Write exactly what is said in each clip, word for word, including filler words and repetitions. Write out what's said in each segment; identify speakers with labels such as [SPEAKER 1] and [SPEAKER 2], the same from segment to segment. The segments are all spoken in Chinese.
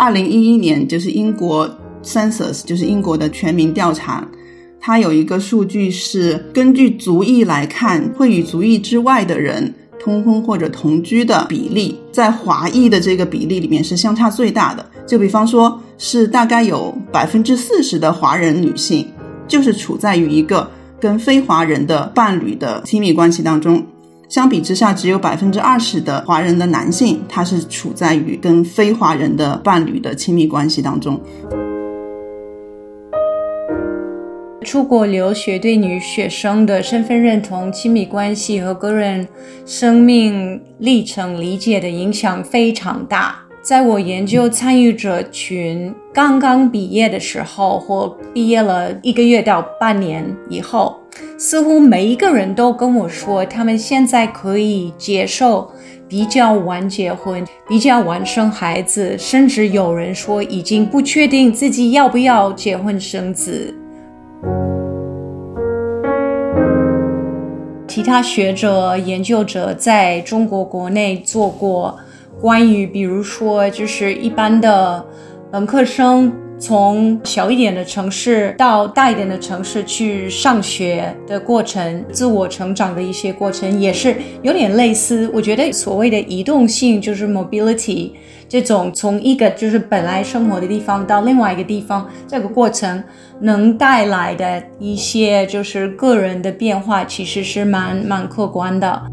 [SPEAKER 1] 二零一一年就是英国 Census 就是英国的全民调查，它有一个数据是根据族裔来看，会与族裔之外的人通婚或者同居的比例，在华裔的这个比例里面是相差最大的。就比方说是大概有 百分之四十 的华人女性就是处在于一个跟非华人的伴侣的亲密关系当中，相比之下只有 百分之二十 的华人的男性他是处在于跟非华人的伴侣的亲密关系当中。
[SPEAKER 2] 出国留学对女学生的身份认同、亲密关系和个人生命历程理解的影响非常大。在我研究参与者群刚刚毕业的时候，或毕业了一个月到半年以后，似乎每一个人都跟我说他们现在可以接受比较晚结婚，比较晚生孩子，甚至有人说已经不确定自己要不要结婚生子。其他学者研究者在中国国内做过关于比如说就是一般的本科生从小一点的城市到大一点的城市去上学的过程，自我成长的一些过程也是有点类似。我觉得所谓的移动性就是 mobility， 这种从一个就是本来生活的地方到另外一个地方，这个过程能带来的一些就是个人的变化其实是蛮蛮客观的。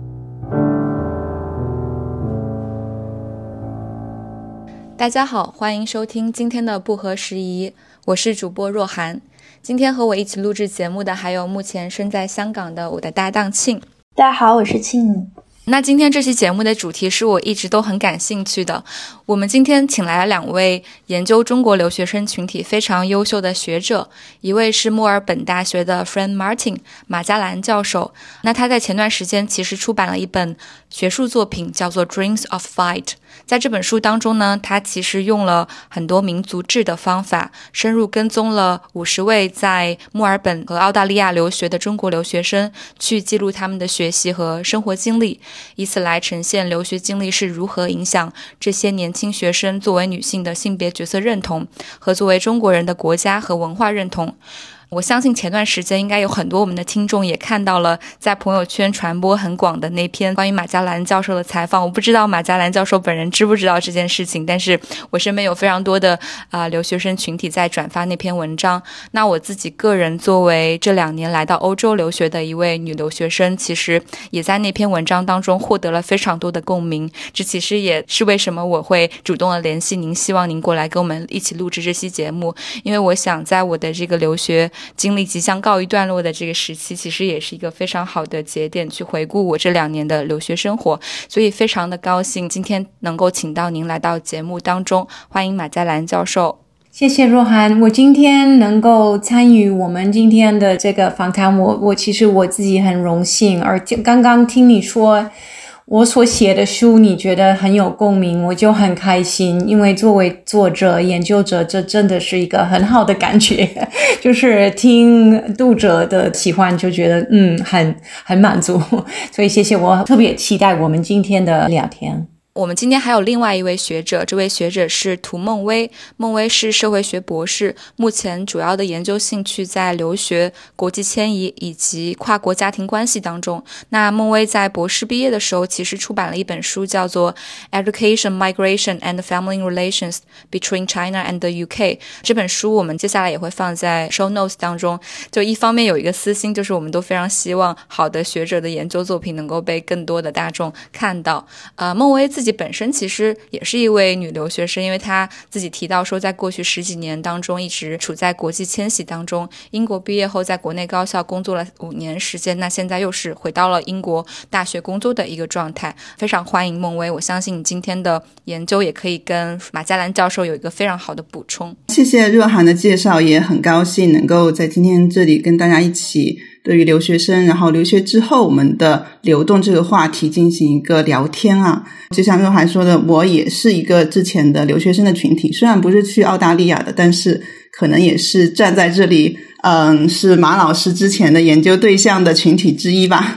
[SPEAKER 3] 大家好，欢迎收听今天的不合时宜，我是主播若涵。今天和我一起录制节目的还有目前身在香港的我的搭档庆。
[SPEAKER 4] 大家好，我是庆。
[SPEAKER 3] 那今天这期节目的主题是我一直都很感兴趣的，我们今天请来了两位研究中国留学生群体非常优秀的学者，一位是墨尔本大学的 Fran Martin 马加兰教授，那他在前段时间其实出版了一本学术作品叫做 Dreams of Fight。 在这本书当中呢，他其实用了很多民族志的方法，深入跟踪了五十位在墨尔本和澳大利亚留学的中国留学生，去记录他们的学习和生活经历，以此来呈现留学经历是如何影响这些年轻学生作为女性的性别角色认同，和作为中国人的国家和文化认同。我相信前段时间应该有很多我们的听众也看到了在朋友圈传播很广的那篇关于马加兰教授的采访。我不知道马加兰教授本人知不知道这件事情，但是我身边有非常多的、呃、留学生群体在转发那篇文章。那我自己个人作为这两年来到欧洲留学的一位女留学生，其实也在那篇文章当中获得了非常多的共鸣。这其实也是为什么我会主动的联系您，希望您过来跟我们一起录制这期节目，因为我想在我的这个留学经历即将告一段落的这个时期，其实也是一个非常好的节点，去回顾我这两年的留学生活。所以非常的高兴今天能够请到您来到节目当中，欢迎马加兰教授。
[SPEAKER 2] 谢谢若涵，我今天能够参与我们今天的这个访谈，我我其实我自己很荣幸。而刚刚听你说我所写的书你觉得很有共鸣，我就很开心，因为作为作者研究者，这真的是一个很好的感觉，就是听读者的喜欢就觉得嗯很很满足，所以谢谢，我特别期待我们今天的聊天。
[SPEAKER 3] 我们今天还有另外一位学者，这位学者是涂梦薇。梦薇是社会学博士，目前主要的研究兴趣在留学、国际迁移以及跨国家庭关系当中。那梦薇在博士毕业的时候其实出版了一本书，叫做 Education, Migration and Family Relations Between China and the U K。 这本书我们接下来也会放在 show notes 当中。就一方面有一个私心，就是我们都非常希望好的学者的研究作品能够被更多的大众看到。呃，梦薇自己本身其实也是一位女留学生，因为她自己提到说在过去十几年当中一直处在国际迁徙当中，英国毕业后在国内高校工作了五年时间，那现在又是回到了英国大学工作的一个状态。非常欢迎梦薇，我相信你今天的研究也可以跟马加兰教授有一个非常好的补充。
[SPEAKER 1] 谢谢若涵的介绍，也很高兴能够在今天这里跟大家一起对于留学生然后留学之后我们的流动这个话题进行一个聊天啊。就像若涵说的，我也是一个之前的留学生的群体，虽然不是去澳大利亚的，但是可能也是站在这里嗯，是马老师之前的研究对象的群体之一吧。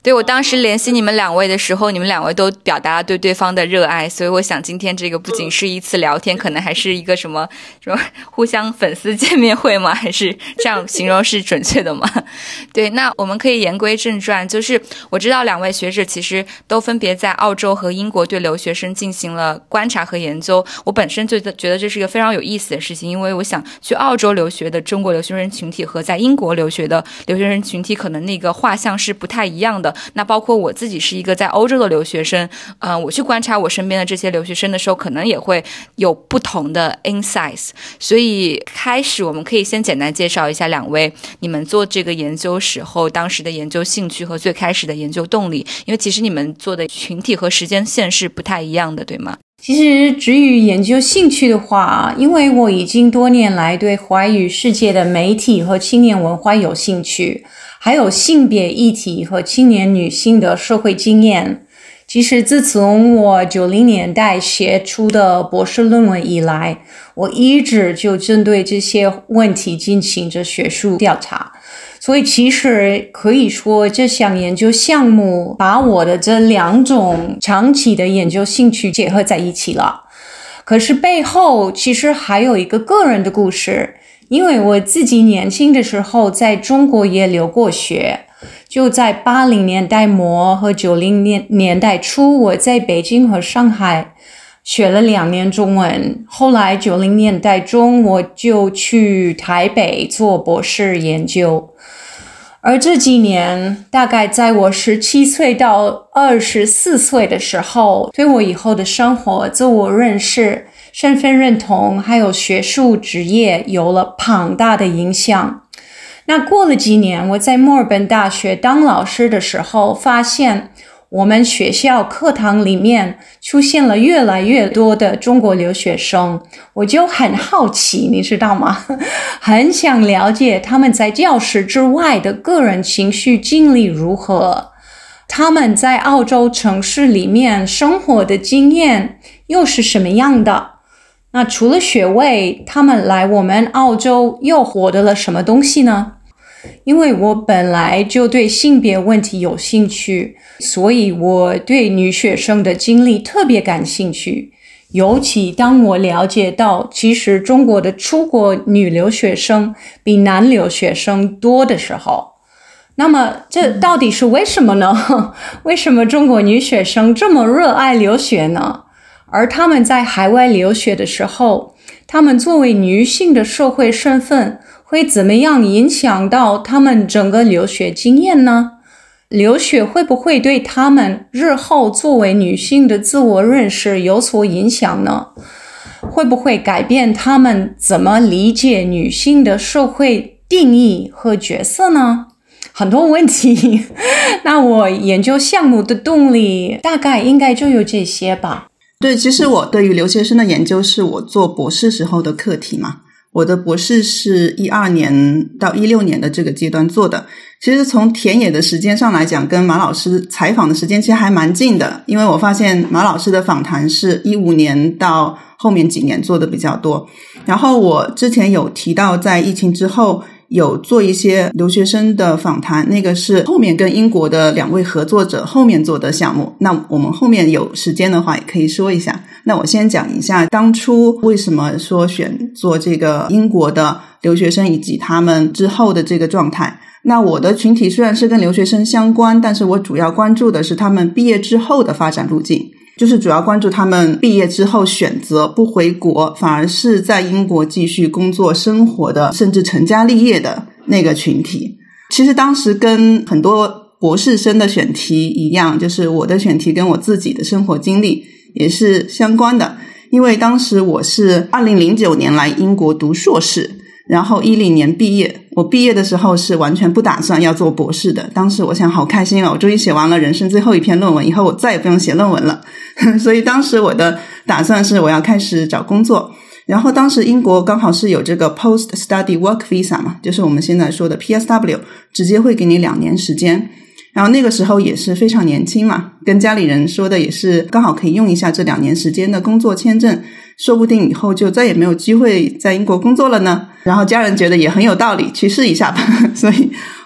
[SPEAKER 3] 对，我当时联系你们两位的时候，你们两位都表达了对对方的热爱，所以我想今天这个不仅是一次聊天，可能还是一个什么什么互相粉丝见面会吗？还是这样形容是准确的吗？对，那我们可以言归正传，就是我知道两位学者其实都分别在澳洲和英国对留学生进行了观察和研究。我本身就觉得这是一个非常有意思的事情，因为我想去澳洲留学的中国留学生群体和在英国留学的留学生群体可能那个画像是不太一样的。那包括我自己是一个在欧洲的留学生，嗯、呃，我去观察我身边的这些留学生的时候，可能也会有不同的 insights。所以开始我们可以先简单介绍一下两位你们做这个研究时候当时的研究兴趣和最开始的研究动力，因为其实你们做的群体和时间线是不太一样的，对吗？
[SPEAKER 2] 其实至于研究兴趣的话，因为我已经多年来对华语世界的媒体和青年文化有兴趣，还有性别议题和青年女性的社会经验。其实自从我九零年代写出的博士论文以来，我一直就针对这些问题进行着学术调查。所以其实可以说这项研究项目把我的这两种长期的研究兴趣结合在一起了。可是背后其实还有一个个人的故事，因为我自己年轻的时候在中国也留过学，就在八零年代末和九零年代初，我在北京和上海学了两年中文，后来九零年代中我就去台北做博士研究。而这几年，大概在我十七岁到二十四岁的时候，对我以后的生活、自我认识、身份认同还有学术职业有了庞大的影响。那过了几年，我在墨尔本大学当老师的时候，发现我们学校课堂里面出现了越来越多的中国留学生，我就很好奇，你知道吗？很想了解他们在教室之外的个人情绪经历如何，他们在澳洲城市里面生活的经验又是什么样的。那除了学位，他们来我们澳洲又获得了什么东西呢？因为我本来就对性别问题有兴趣，所以我对女学生的经历特别感兴趣。尤其当我了解到其实中国的出国女留学生比男留学生多的时候，那么这到底是为什么呢？为什么中国女学生这么热爱留学呢？而她们在海外留学的时候，她们作为女性的社会身份会怎么样影响到她们整个留学经验呢？留学会不会对她们日后作为女性的自我认识有所影响呢？会不会改变她们怎么理解女性的社会定义和角色呢？很多问题。那我研究项目的动力大概应该就有这些吧。
[SPEAKER 1] 对，其实我对于留学生的研究是我做博士时候的课题嘛。我的博士是一二年到一六年的这个阶段做的。其实从田野的时间上来讲，跟马老师采访的时间其实还蛮近的，因为我发现马老师的访谈是一五年到后面几年做的比较多。然后我之前有提到在疫情之后有做一些留学生的访谈，那个是后面跟英国的两位合作者后面做的项目，那我们后面有时间的话也可以说一下。那我先讲一下当初为什么说选做这个英国的留学生以及他们之后的这个状态。那我的群体虽然是跟留学生相关，但是我主要关注的是他们毕业之后的发展路径，就是主要关注他们毕业之后选择不回国，反而是在英国继续工作生活的，甚至成家立业的那个群体。其实当时跟很多博士生的选题一样，就是我的选题跟我自己的生活经历也是相关的。因为当时我是二零零九年来英国读硕士，然后一零年毕业。我毕业的时候是完全不打算要做博士的，当时我想好开心了，我终于写完了人生最后一篇论文，以后我再也不用写论文了。所以当时我的打算是我要开始找工作。然后当时英国刚好是有这个 Post Study Work Visa 嘛，就是我们现在说的 P S W， 直接会给你两年时间。然后那个时候也是非常年轻嘛，跟家里人说的也是刚好可以用一下这两年时间的工作签证，说不定以后就再也没有机会在英国工作了呢。然后家人觉得也很有道理，去试一下吧。所以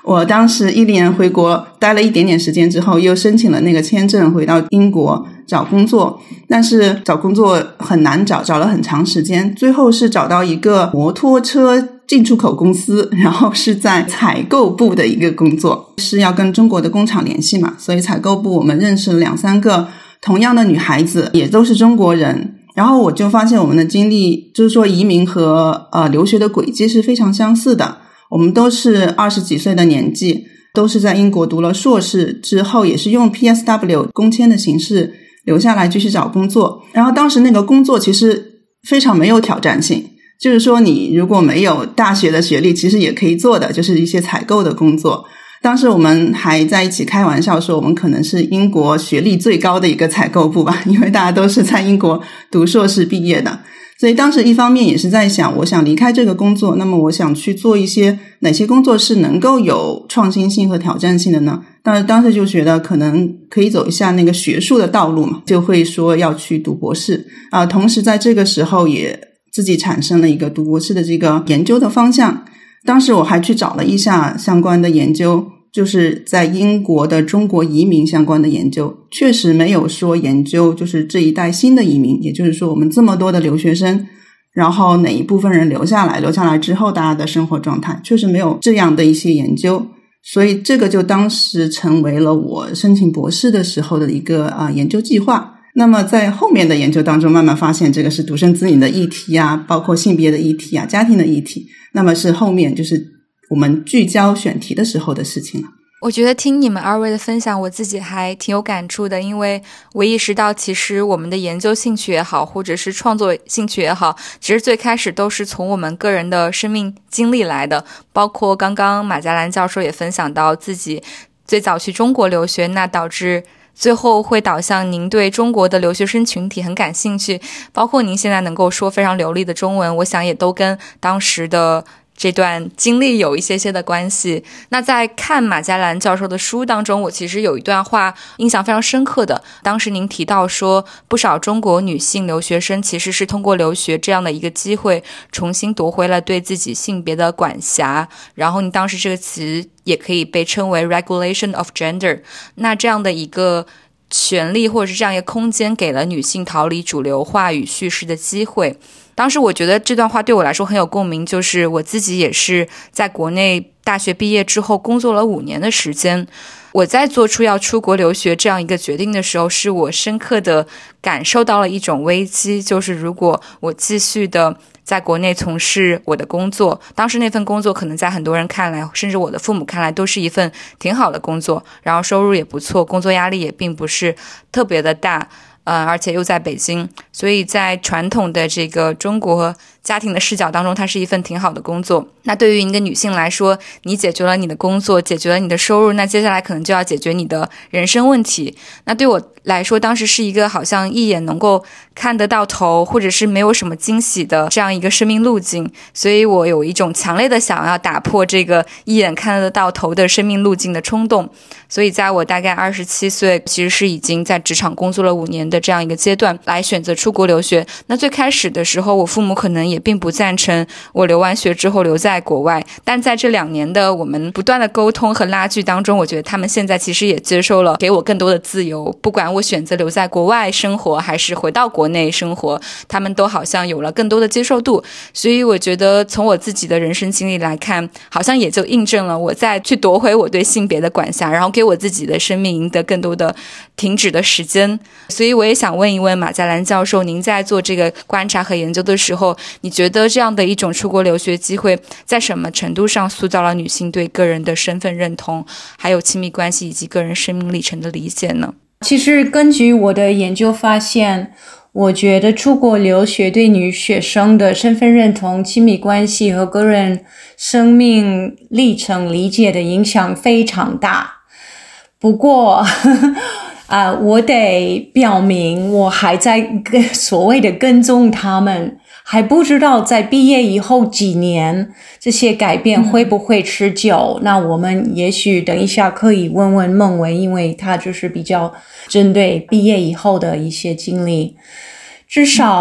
[SPEAKER 1] 我当时一年回国待了一点点时间之后，又申请了那个签证回到英国找工作，但是找工作很难找，找了很长时间，最后是找到一个摩托车进出口公司，然后是在采购部的一个工作，是要跟中国的工厂联系嘛，所以采购部我们认识了两三个同样的女孩子，也都是中国人，然后我就发现我们的经历就是说移民和呃留学的轨迹是非常相似的，我们都是二十几岁的年纪，都是在英国读了硕士之后，也是用 P S W 工签的形式留下来继续找工作。然后当时那个工作其实非常没有挑战性，就是说你如果没有大学的学历其实也可以做的，就是一些采购的工作。当时我们还在一起开玩笑说我们可能是英国学历最高的一个采购部吧，因为大家都是在英国读硕士毕业的。所以当时一方面也是在想，我想离开这个工作，那么我想去做一些哪些工作是能够有创新性和挑战性的呢？但是当时就觉得可能可以走一下那个学术的道路嘛，就会说要去读博士啊、呃。同时在这个时候也自己产生了一个读博士的这个研究的方向。当时我还去找了一下相关的研究，就是在英国的中国移民相关的研究，确实没有说研究就是这一代新的移民，也就是说我们这么多的留学生，然后哪一部分人留下来，留下来之后大家的生活状态，确实没有这样的一些研究。所以这个就当时成为了我申请博士的时候的一个啊、呃、研究计划。那么在后面的研究当中慢慢发现这个是独生子女的议题啊，包括性别的议题啊，家庭的议题，那么是后面就是我们聚焦选题的时候的事情了。
[SPEAKER 3] 我觉得听你们二位的分享，我自己还挺有感触的，因为我意识到其实我们的研究兴趣也好，或者是创作兴趣也好，其实最开始都是从我们个人的生命经历来的。包括刚刚马嘉兰教授也分享到自己最早去中国留学，那导致最后会导向您对中国的留学生群体很感兴趣，包括您现在能够说非常流利的中文，我想也都跟当时的这段经历有一些些的关系。那在看马嘉兰教授的书当中，我其实有一段话印象非常深刻的，当时您提到说不少中国女性留学生其实是通过留学这样的一个机会重新夺回了对自己性别的管辖，然后你当时这个词也可以被称为 regulation of gender， 那这样的一个权利或者是这样一个空间给了女性逃离主流话语叙事的机会。当时我觉得这段话对我来说很有共鸣，就是我自己也是在国内大学毕业之后工作了五年的时间，我在做出要出国留学这样一个决定的时候，是我深刻的感受到了一种危机，就是如果我继续的在国内从事我的工作，当时那份工作可能在很多人看来，甚至我的父母看来都是一份挺好的工作，然后收入也不错，工作压力也并不是特别的大，呃，而且又在北京，所以在传统的这个中国家庭的视角当中，它是一份挺好的工作。那对于一个女性来说，你解决了你的工作，解决了你的收入，那接下来可能就要解决你的人生问题。那对我来说，当时是一个好像一眼能够看得到头，或者是没有什么惊喜的这样一个生命路径，所以我有一种强烈的想要打破这个一眼看得到头的生命路径的冲动。所以在我大概二十七岁，其实是已经在职场工作了五年的这样一个阶段，来选择出国留学。那最开始的时候，我父母可能也并不赞成我留完学之后留在国外，但在这两年的我们不断的沟通和拉锯当中，我觉得他们现在其实也接受了给我更多的自由，不管我选择留在国外生活还是回到国内生活，他们都好像有了更多的接受度。所以我觉得从我自己的人生经历来看，好像也就印证了我在去夺回我对性别的管辖，然后给我自己的生命赢得更多的停止的时间。所以我也想问一问马嘉兰教授，您在做这个观察和研究的时候，你觉得这样的一种出国留学机会在什么程度上塑造了女性对个人的身份认同，还有亲密关系以及个人生命历程的理解呢？
[SPEAKER 2] 其实根据我的研究发现，我觉得出国留学对女学生的身份认同、亲密关系和个人生命历程理解的影响非常大。不过啊、呃，我得表明我还在跟所谓的跟踪他们，还不知道在毕业以后几年这些改变会不会持久、嗯、那我们也许等一下可以问问孟维，因为他就是比较针对毕业以后的一些经历。至少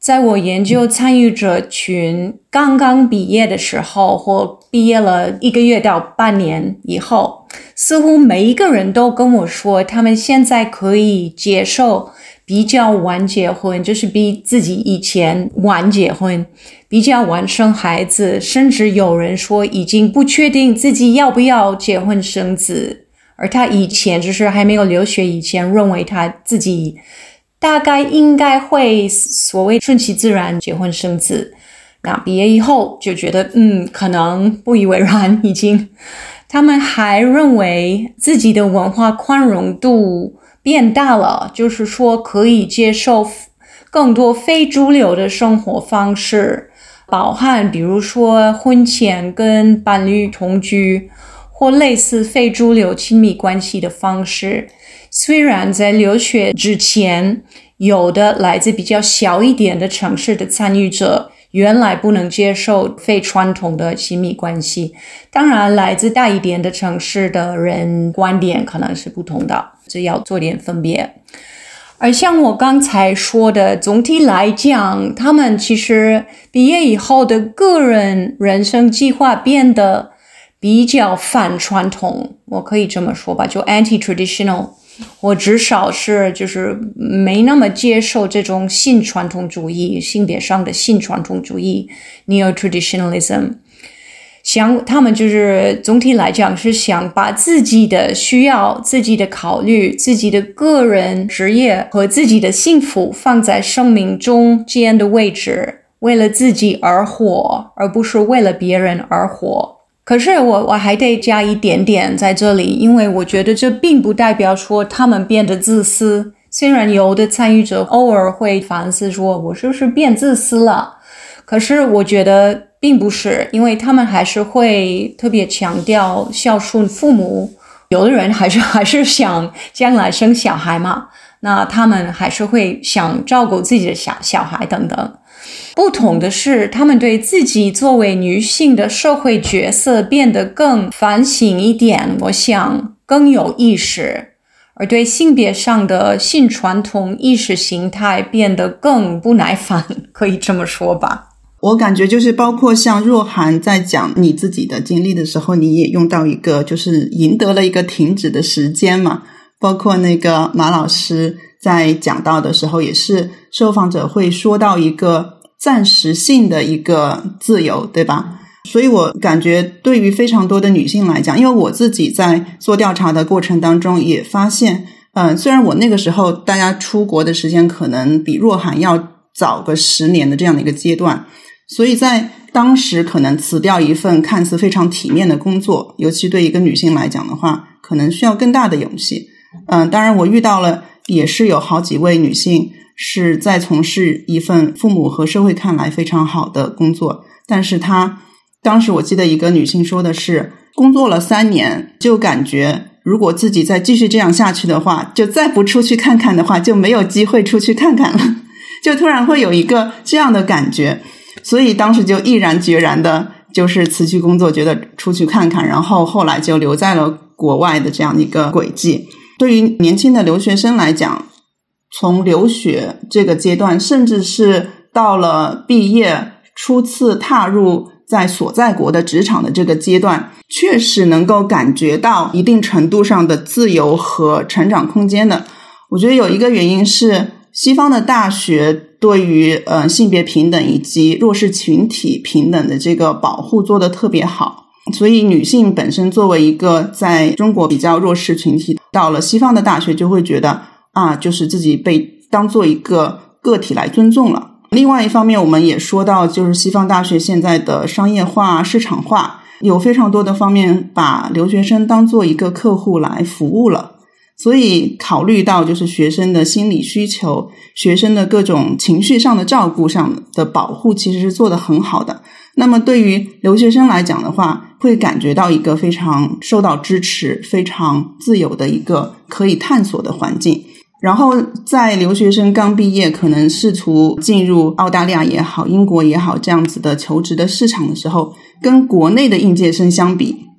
[SPEAKER 2] 在我研究参与者群刚刚毕业的时候，或毕业了一个月到半年以后，似乎每一个人都跟我说，他们现在可以接受比较晚结婚，就是比自己以前晚结婚，比较晚生孩子，甚至有人说已经不确定自己要不要结婚生子，而他以前就是还没有留学以前，认为他自己大概应该会所谓顺其自然结婚生子。那毕业以后就觉得嗯，可能不以为然，已经他们还认为自己的文化宽容度变大了，就是说可以接受更多非主流的生活方式，包含比如说婚前跟伴侣同居，或类似非主流亲密关系的方式。虽然在留学之前，有的来自比较小一点的城市的参与者原来不能接受非传统的亲密关系，当然来自大一点的城市的人观点可能是不同的，这要做点分别。而像我刚才说的，总体来讲，他们其实毕业以后的个人人生计划变得比较反传统，我可以这么说吧，就 anti-traditional， 我至少是就是没那么接受这种新传统主义，性别上的新传统主义 neo-traditionalism。 想他们就是总体来讲是想把自己的需要、自己的考虑、自己的个人职业和自己的幸福放在生命中间的位置，为了自己而活，而不是为了别人而活。可是我我还得加一点点在这里，因为我觉得这并不代表说他们变得自私。虽然有的参与者偶尔会反思说我是不是变自私了，可是我觉得并不是，因为他们还是会特别强调孝顺父母，有的人还是还是想将来生小孩嘛，那他们还是会想照顾自己的小小孩等等。不同的是，他们对自己作为女性的社会角色变得更反省一点，我想更有意识，而对性别上的新传统意识形态变得更不耐烦，可以这么说吧。
[SPEAKER 1] 我感觉就是包括像若涵在讲你自己的经历的时候，你也用到一个就是赢得了一个停止的时间嘛，包括那个马老师在讲到的时候也是受访者会说到一个暂时性的一个自由，对吧？所以我感觉对于非常多的女性来讲，因为我自己在做调查的过程当中也发现嗯、呃，虽然我那个时候大家出国的时间可能比若涵要早个十年的这样的一个阶段，所以在当时可能辞掉一份看似非常体面的工作，尤其对一个女性来讲的话，可能需要更大的勇气。嗯、呃，当然我遇到了也是有好几位女性是在从事一份父母和社会看来非常好的工作，但是她当时我记得一个女性说的是，工作了三年就感觉如果自己再继续这样下去的话，就再不出去看看的话，就没有机会出去看看了，就突然会有一个这样的感觉，所以当时就毅然决然的就是辞去工作，觉得出去看看，然后后来就留在了国外的这样一个轨迹。对于年轻的留学生来讲，从留学这个阶段，甚至是到了毕业初次踏入在所在国的职场的这个阶段，确实能够感觉到一定程度上的自由和成长空间的。我觉得有一个原因是西方的大学对于呃性别平等以及弱势群体平等的这个保护做得特别好，所以女性本身作为一个在中国比较弱势群体，到了西方的大学就会觉得啊，就是自己被当做一个个体来尊重了。另外一方面我们也说到，就是西方大学现在的商业化、市场化，有非常多的方面把留学生当做一个客户来服务了。所以考虑到就是学生的心理需求，学生的各种情绪上的照顾上的保护其实是做得很好的。那么对于留学生来讲的话，会感觉到一个非常受到支持、非常自由的一个可以探索的环境。然后在留学生刚毕业，可能试图进入澳大利亚也好、英国也好这样子的求职的市场的时候，跟国内的应届生相比，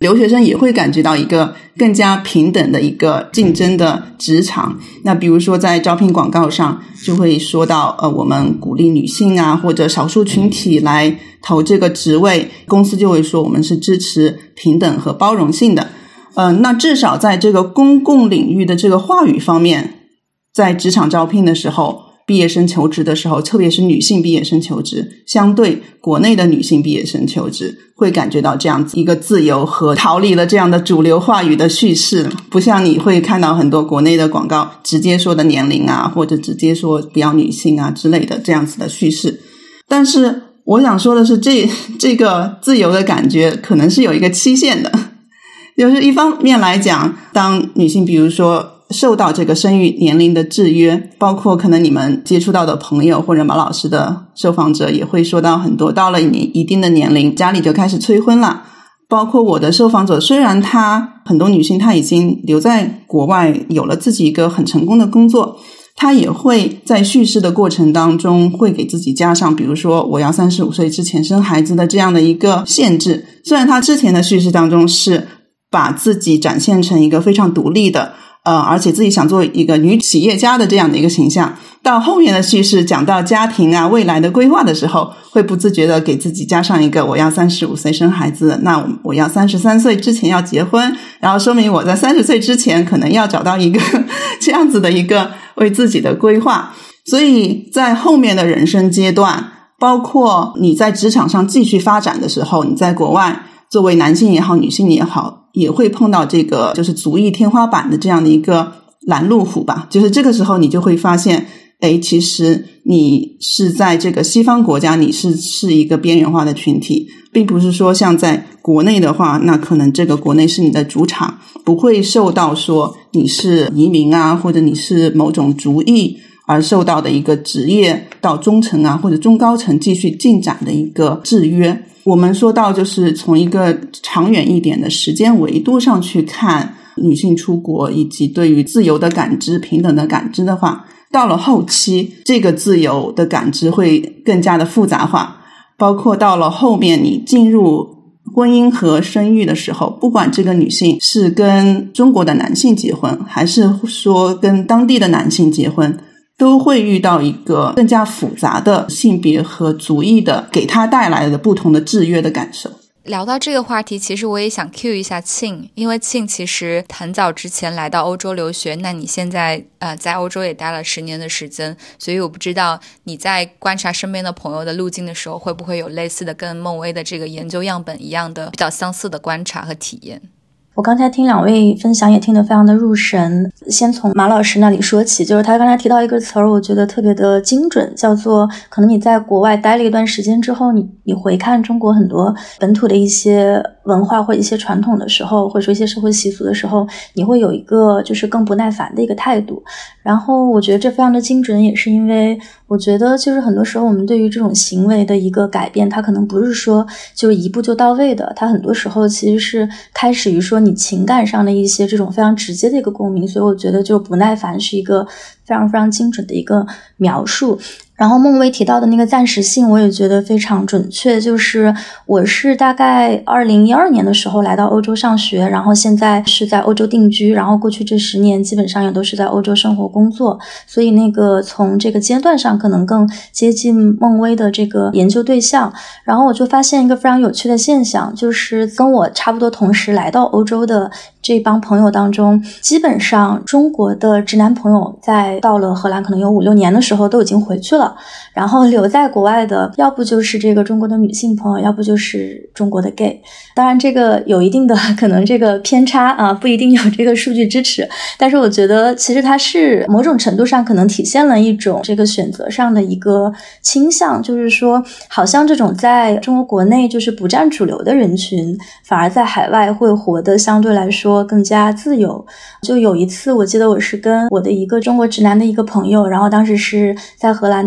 [SPEAKER 1] 留学生也会感觉到一个更加平等的一个竞争的职场。那比如说在招聘广告上就会说到呃，我们鼓励女性啊或者少数群体来投这个职位，公司就会说我们是支持平等和包容性的。呃，那至少在这个公共领域的这个话语方面，在职场招聘的时候，毕业生求职的时候，特别是女性毕业生求职，相对国内的女性毕业生求职，会感觉到这样子一个自由和逃离了这样的主流话语的叙事。不像你会看到很多国内的广告直接说的年龄啊，或者直接说不要女性啊之类的这样子的叙事。但是我想说的是，这这个自由的感觉可能是有一个期限的。就是一方面来讲，当女性比如说受到这个生育年龄的制约，包括可能你们接触到的朋友或者马老师的受访者也会说到很多，到了你一定的年龄家里就开始催婚了。包括我的受访者，虽然她很多女性她已经留在国外有了自己一个很成功的工作，她也会在叙事的过程当中会给自己加上比如说我要三十五岁之前生孩子的这样的一个限制。虽然她之前的叙事当中是把自己展现成一个非常独立的呃，而且自己想做一个女企业家的这样的一个形象，到后面的叙事讲到家庭啊未来的规划的时候，会不自觉的给自己加上一个我要三十五岁生孩子，那我要三十三岁之前要结婚，然后说明我在三十岁之前可能要找到一个这样子的一个为自己的规划。所以在后面的人生阶段，包括你在职场上继续发展的时候，你在国外作为男性也好女性也好，也会碰到这个就是族裔天花板的这样的一个拦路虎吧。就是这个时候你就会发现，诶，其实你是在这个西方国家，你是是一个边缘化的群体，并不是说像在国内的话，那可能这个国内是你的主场，不会受到说你是移民啊或者你是某种族裔而受到的一个职业到中层啊或者中高层继续进展的一个制约。我们说到就是从一个长远一点的时间维度上去看女性出国以及对于自由的感知平等的感知的话，到了后期这个自由的感知会更加的复杂化，包括到了后面你进入婚姻和生育的时候，不管这个女性是跟中国的男性结婚还是说跟当地的男性结婚，都会遇到一个更加复杂的性别和族裔的给他带来的不同的制约的感受。
[SPEAKER 3] 聊到这个话题，其实我也想 cue 一下庆，因为庆其实很早之前来到欧洲留学，那你现在呃在欧洲也待了十年的时间，所以我不知道你在观察身边的朋友的路径的时候，会不会有类似的跟孟薇的这个研究样本一样的比较相似的观察和体验。
[SPEAKER 4] 我刚才听两位分享也听得非常的入神，先从马老师那里说起，就是他刚才提到一个词儿，我觉得特别的精准，叫做可能你在国外待了一段时间之后，你你回看中国很多本土的一些文化或一些传统的时候，或者说一些社会习俗的时候，你会有一个就是更不耐烦的一个态度。然后我觉得这非常的精准，也是因为我觉得就是很多时候我们对于这种行为的一个改变，它可能不是说就是一步就到位的，它很多时候其实是开始于说你情感上的一些这种非常直接的一个共鸣，所以我觉得就不耐烦是一个非常非常精准的一个描述。然后孟薇提到的那个暂时性我也觉得非常准确，就是我是大概二零一二年的时候来到欧洲上学，然后现在是在欧洲定居，然后过去这十年基本上也都是在欧洲生活工作，所以那个从这个阶段上可能更接近孟薇的这个研究对象。然后我就发现一个非常有趣的现象，就是跟我差不多同时来到欧洲的这帮朋友当中，基本上中国的直男朋友在到了荷兰可能有五六年的时候都已经回去了，然后留在国外的要不就是这个中国的女性朋友，要不就是中国的 gay。 当然这个有一定的可能这个偏差啊，不一定有这个数据支持，但是我觉得其实它是某种程度上可能体现了一种这个选择上的一个倾向，就是说好像这种在中国国内就是不占主流的人群，反而在海外会活得相对来说更加自由。就有一次我记得我是跟我的一个中国直男的一个朋友，然后当时是在荷兰，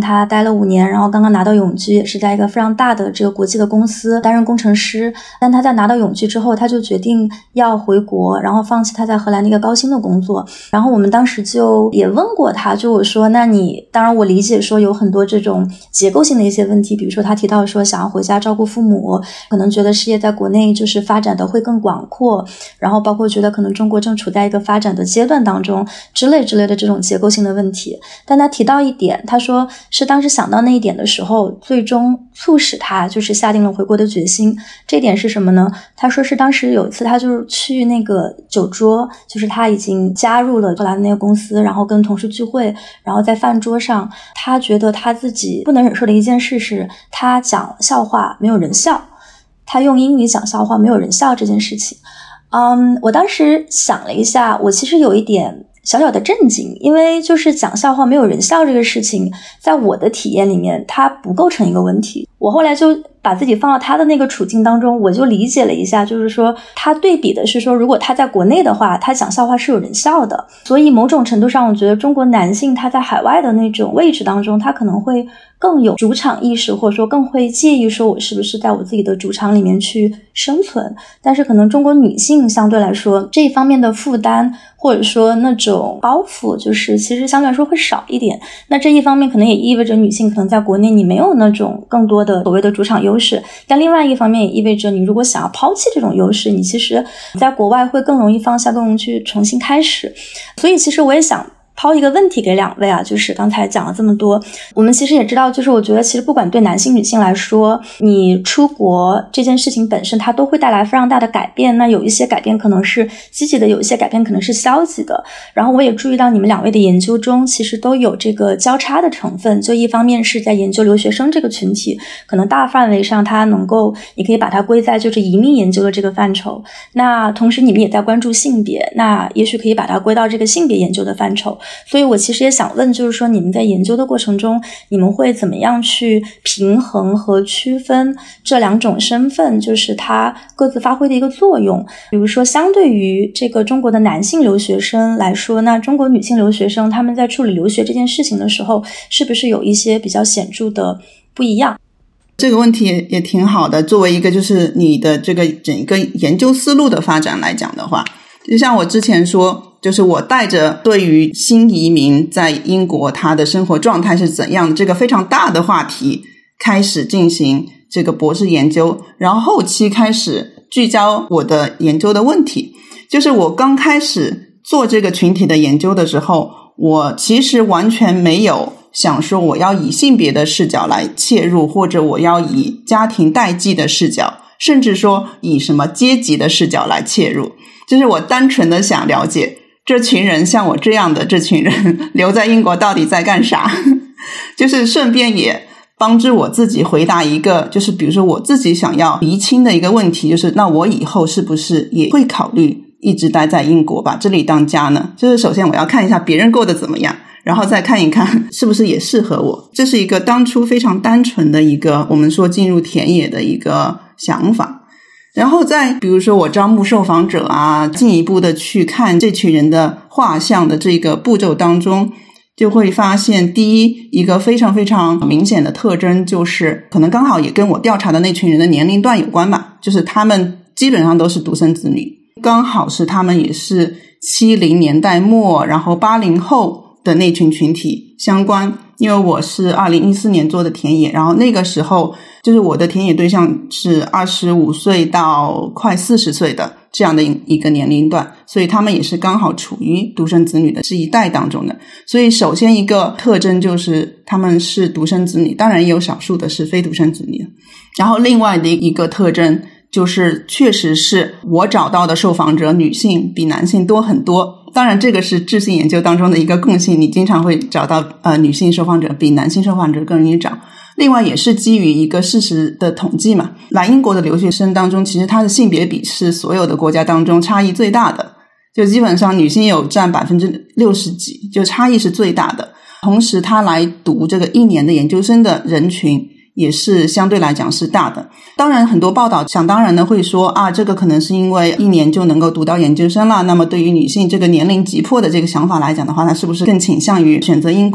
[SPEAKER 4] 他待了五年，然后刚刚拿到永居，也是在一个非常大的这个国际的公司担任工程师。但他在拿到永居之后，他就决定要回国，然后放弃他在荷兰的一个高薪的工作。然后我们当时就也问过他，就我说那你当然我理解说有很多这种结构性的一些问题，比如说他提到说想要回家照顾父母，可能觉得事业在国内就是发展的会更广阔，然后包括觉得可能中国正处在一个发展的阶段当中之类之类的这种结构性的问题。但他提到一点，他说是当时想到那一点的时候，最终促使他就是下定了回国的决心。这点是什么呢？他说是当时有一次他就是去那个酒桌，就是他已经加入了荷兰的那个公司，然后跟同事聚会，然后在饭桌上他觉得他自己不能忍受的一件事是他讲笑话没有人笑，他用英语讲笑话没有人笑这件事情。嗯，我当时想了一下，我其实有一点小小的震惊，因为就是讲笑话没有人笑这个事情，在我的体验里面它不构成一个问题。我后来就把自己放到他的那个处境当中，我就理解了一下，就是说他对比的是说，如果他在国内的话，他讲笑话是有人笑的。所以某种程度上，我觉得中国男性他在海外的那种位置当中，他可能会更有主场意识，或者说更会介意说我是不是在我自己的主场里面去生存。但是可能中国女性相对来说这一方面的负担或者说那种包袱就是其实相对来说会少一点。那这一方面可能也意味着女性可能在国内你没有那种更多的所谓的主场优势，但另外一方面也意味着你如果想要抛弃这种优势，你其实在国外会更容易放下，更容易去重新开始。所以其实我也想抛一个问题给两位啊，就是刚才讲了这么多，我们其实也知道，就是我觉得其实不管对男性女性来说，你出国这件事情本身它都会带来非常大的改变，那有一些改变可能是积极的，有一些改变可能是消极的。然后我也注意到你们两位的研究中其实都有这个交叉的成分，就一方面是在研究留学生这个群体，可能大范围上它能够你可以把它归在就是移民研究的这个范畴，那同时你们也在关注性别，那也许可以把它归到这个性别研究的范畴。所以我其实也想问，就是说你们在研究的过程中，你们会怎么样去平衡和区分这两种身份，就是它各自发挥的一个作用。比如说相对于这个中国的男性留学生来说，那中国女性留学生他们在处理留学这件事情的时候，是不是有一些比较显著的不一样？
[SPEAKER 1] 这个问题也也挺好的，作为一个就是你的这个整个研究思路的发展来讲的话，就像我之前说，就是我带着对于新移民在英国他的生活状态是怎样的这个非常大的话题开始进行这个博士研究，然后后期开始聚焦我的研究的问题。就是我刚开始做这个群体的研究的时候，我其实完全没有想说我要以性别的视角来切入，或者我要以家庭代际的视角，甚至说以什么阶级的视角来切入。就是我单纯的想了解这群人，像我这样的这群人留在英国到底在干啥，就是顺便也帮助我自己回答一个就是比如说我自己想要厘清的一个问题，就是那我以后是不是也会考虑一直待在英国把这里当家呢？就是首先我要看一下别人过得怎么样，然后再看一看是不是也适合我。这是一个当初非常单纯的一个我们说进入田野的一个想法。然后再比如说我招募受访者啊，进一步的去看这群人的画像的这个步骤当中，就会发现第一一个非常非常明显的特征，就是可能刚好也跟我调查的那群人的年龄段有关吧，就是他们基本上都是独生子女，刚好是他们也是七零年代末然后八零后的那群群体相关。因为我是二零一四年做的田野，然后那个时候就是我的田野对象是二十五岁到快四十岁的这样的一个年龄段，所以他们也是刚好处于独生子女的这一代当中的。所以首先一个特征就是他们是独生子女，当然也有少数的是非独生子女。然后另外的一个特征就是确实是我找到的受访者女性比男性多很多，当然这个是质性研究当中的一个共性，你经常会找到呃女性受访者比男性受访者更容易找。另外也是基于一个事实的统计嘛，来英国的留学生当中，其实他的性别比是所有的国家当中差异最大的，就基本上女性有占百分之六十几，就差异是最大的。同时他来读这个一年的研究生的人群也是相对来讲是大的。当然很多报道想当然的会说啊，这个可能是因为一年就能够读到研究生了，那么对于女性这个年龄急迫的这个想法来讲的话，她是不是更倾向于选择英国？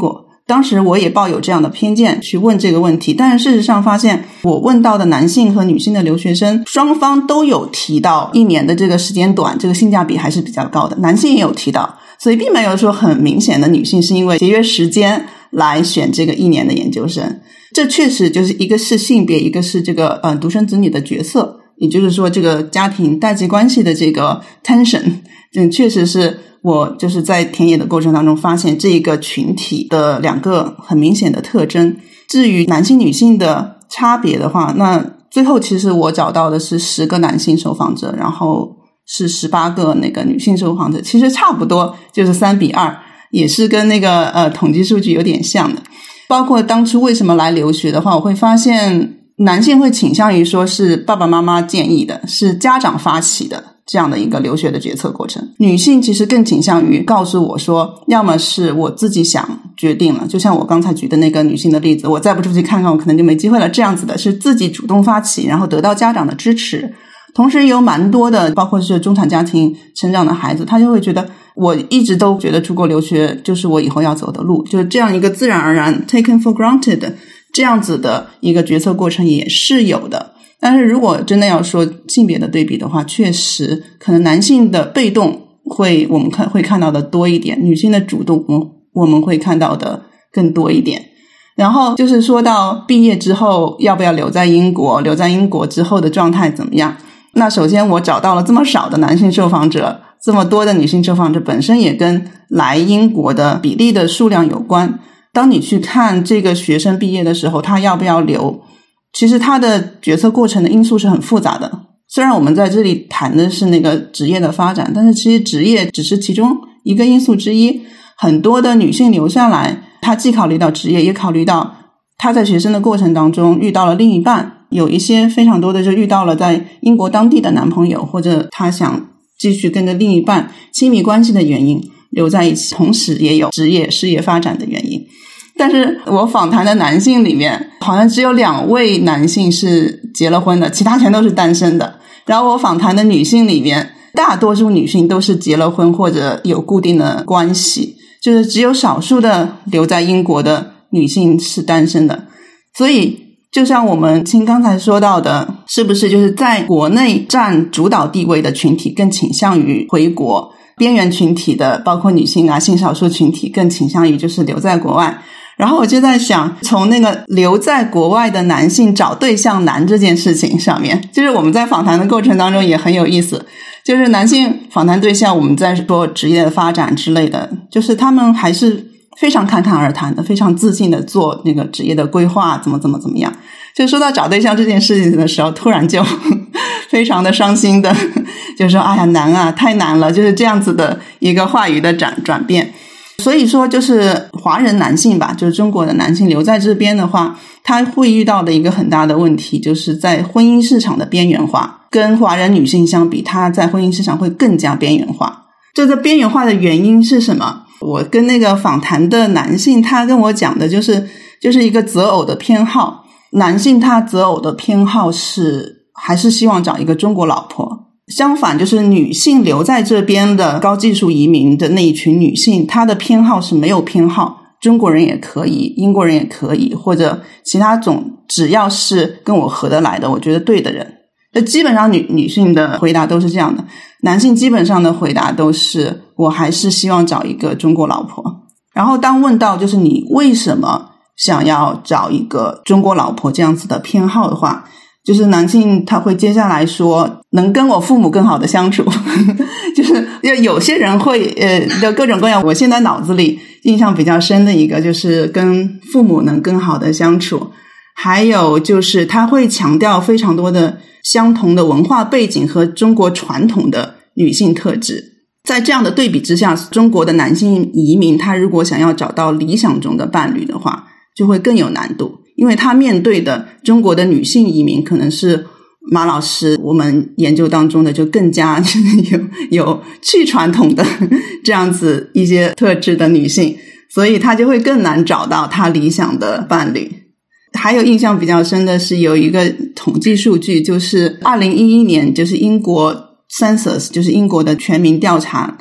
[SPEAKER 1] 当时我也抱有这样的偏见去问这个问题，但是事实上发现我问到的男性和女性的留学生双方都有提到一年的这个时间短，这个性价比还是比较高的，男性也有提到，所以并没有说很明显的女性是因为节约时间来选这个一年的研究生。这确实就是一个是性别，一个是这个呃独生子女的角色，也就是说这个家庭代际关系的这个 tension， 嗯，确实是我就是在田野的过程当中发现这一个群体的两个很明显的特征。至于男性女性的差别的话，那最后其实我找到的是十个男性受访者，然后是十八个那个女性受访者，其实差不多就是三比二，也是跟那个呃统计数据有点像的。包括当初为什么来留学的话，我会发现男性会倾向于说是爸爸妈妈建议的，是家长发起的这样的一个留学的决策过程。女性其实更倾向于告诉我说，要么是我自己想决定了，就像我刚才举的那个女性的例子，我再不出去看看我可能就没机会了，这样子的是自己主动发起，然后得到家长的支持。同时有蛮多的包括是中产家庭成长的孩子，他就会觉得我一直都觉得出国留学就是我以后要走的路，就是这样一个自然而然 taken for granted 这样子的一个决策过程也是有的。但是如果真的要说性别的对比的话，确实可能男性的被动会我们看会看到的多一点，女性的主动我们会看到的更多一点。然后就是说到毕业之后要不要留在英国，留在英国之后的状态怎么样。那首先我找到了这么少的男性受访者，这么多的女性受访者本身也跟来英国的比例的数量有关。当你去看这个学生毕业的时候他要不要留，其实他的决策过程的因素是很复杂的。虽然我们在这里谈的是那个职业的发展，但是其实职业只是其中一个因素之一。很多的女性留下来，她既考虑到职业，也考虑到她在学生的过程当中遇到了另一半，有一些非常多的就遇到了在英国当地的男朋友，或者她想继续跟着另一半亲密关系的原因留在一起，同时也有职业事业发展的原因。但是我访谈的男性里面好像只有两位男性是结了婚的，其他全都是单身的。然后我访谈的女性里面大多数女性都是结了婚或者有固定的关系，就是只有少数的留在英国的女性是单身的。所以就像我们听刚才说到的，是不是就是在国内占主导地位的群体更倾向于回国，边缘群体的包括女性啊性少数群体更倾向于就是留在国外。然后我就在想，从那个留在国外的男性找对象难这件事情上面，就是我们在访谈的过程当中也很有意思，就是男性访谈对象我们在说职业的发展之类的，就是他们还是非常侃侃而谈的，非常自信的做那个职业的规划怎么怎么怎么样。就说到找对象这件事情的时候，突然就非常的伤心的就说哎呀难啊，太难了，就是这样子的一个话语的转转变。所以说就是华人男性吧，就是中国的男性留在这边的话，他会遇到的一个很大的问题，就是在婚姻市场的边缘化，跟华人女性相比，他在婚姻市场会更加边缘化。这个边缘化的原因是什么？我跟那个访谈的男性他跟我讲的就是就是一个择偶的偏好。男性他择偶的偏好是还是希望找一个中国老婆，相反就是女性留在这边的高技术移民的那一群女性，她的偏好是没有偏好，中国人也可以，英国人也可以，或者其他种只要是跟我合得来的我觉得对的人。那基本上女女性的回答都是这样的，男性基本上的回答都是我还是希望找一个中国老婆。然后当问到就是你为什么想要找一个中国老婆这样子的偏好的话，就是男性他会接下来说能跟我父母更好的相处就是有些人会呃有各种各样，我现在脑子里印象比较深的一个就是跟父母能更好的相处，还有就是他会强调非常多的相同的文化背景和中国传统的女性特质。在这样的对比之下，中国的男性移民他如果想要找到理想中的伴侣的话就会更有难度，因为他面对的中国的女性移民可能是马老师我们研究当中的就更加有有去传统的这样子一些特质的女性，所以他就会更难找到他理想的伴侣。还有印象比较深的是有一个统计数据，就是二零一一年就是英国 census 就是英国的全民调查，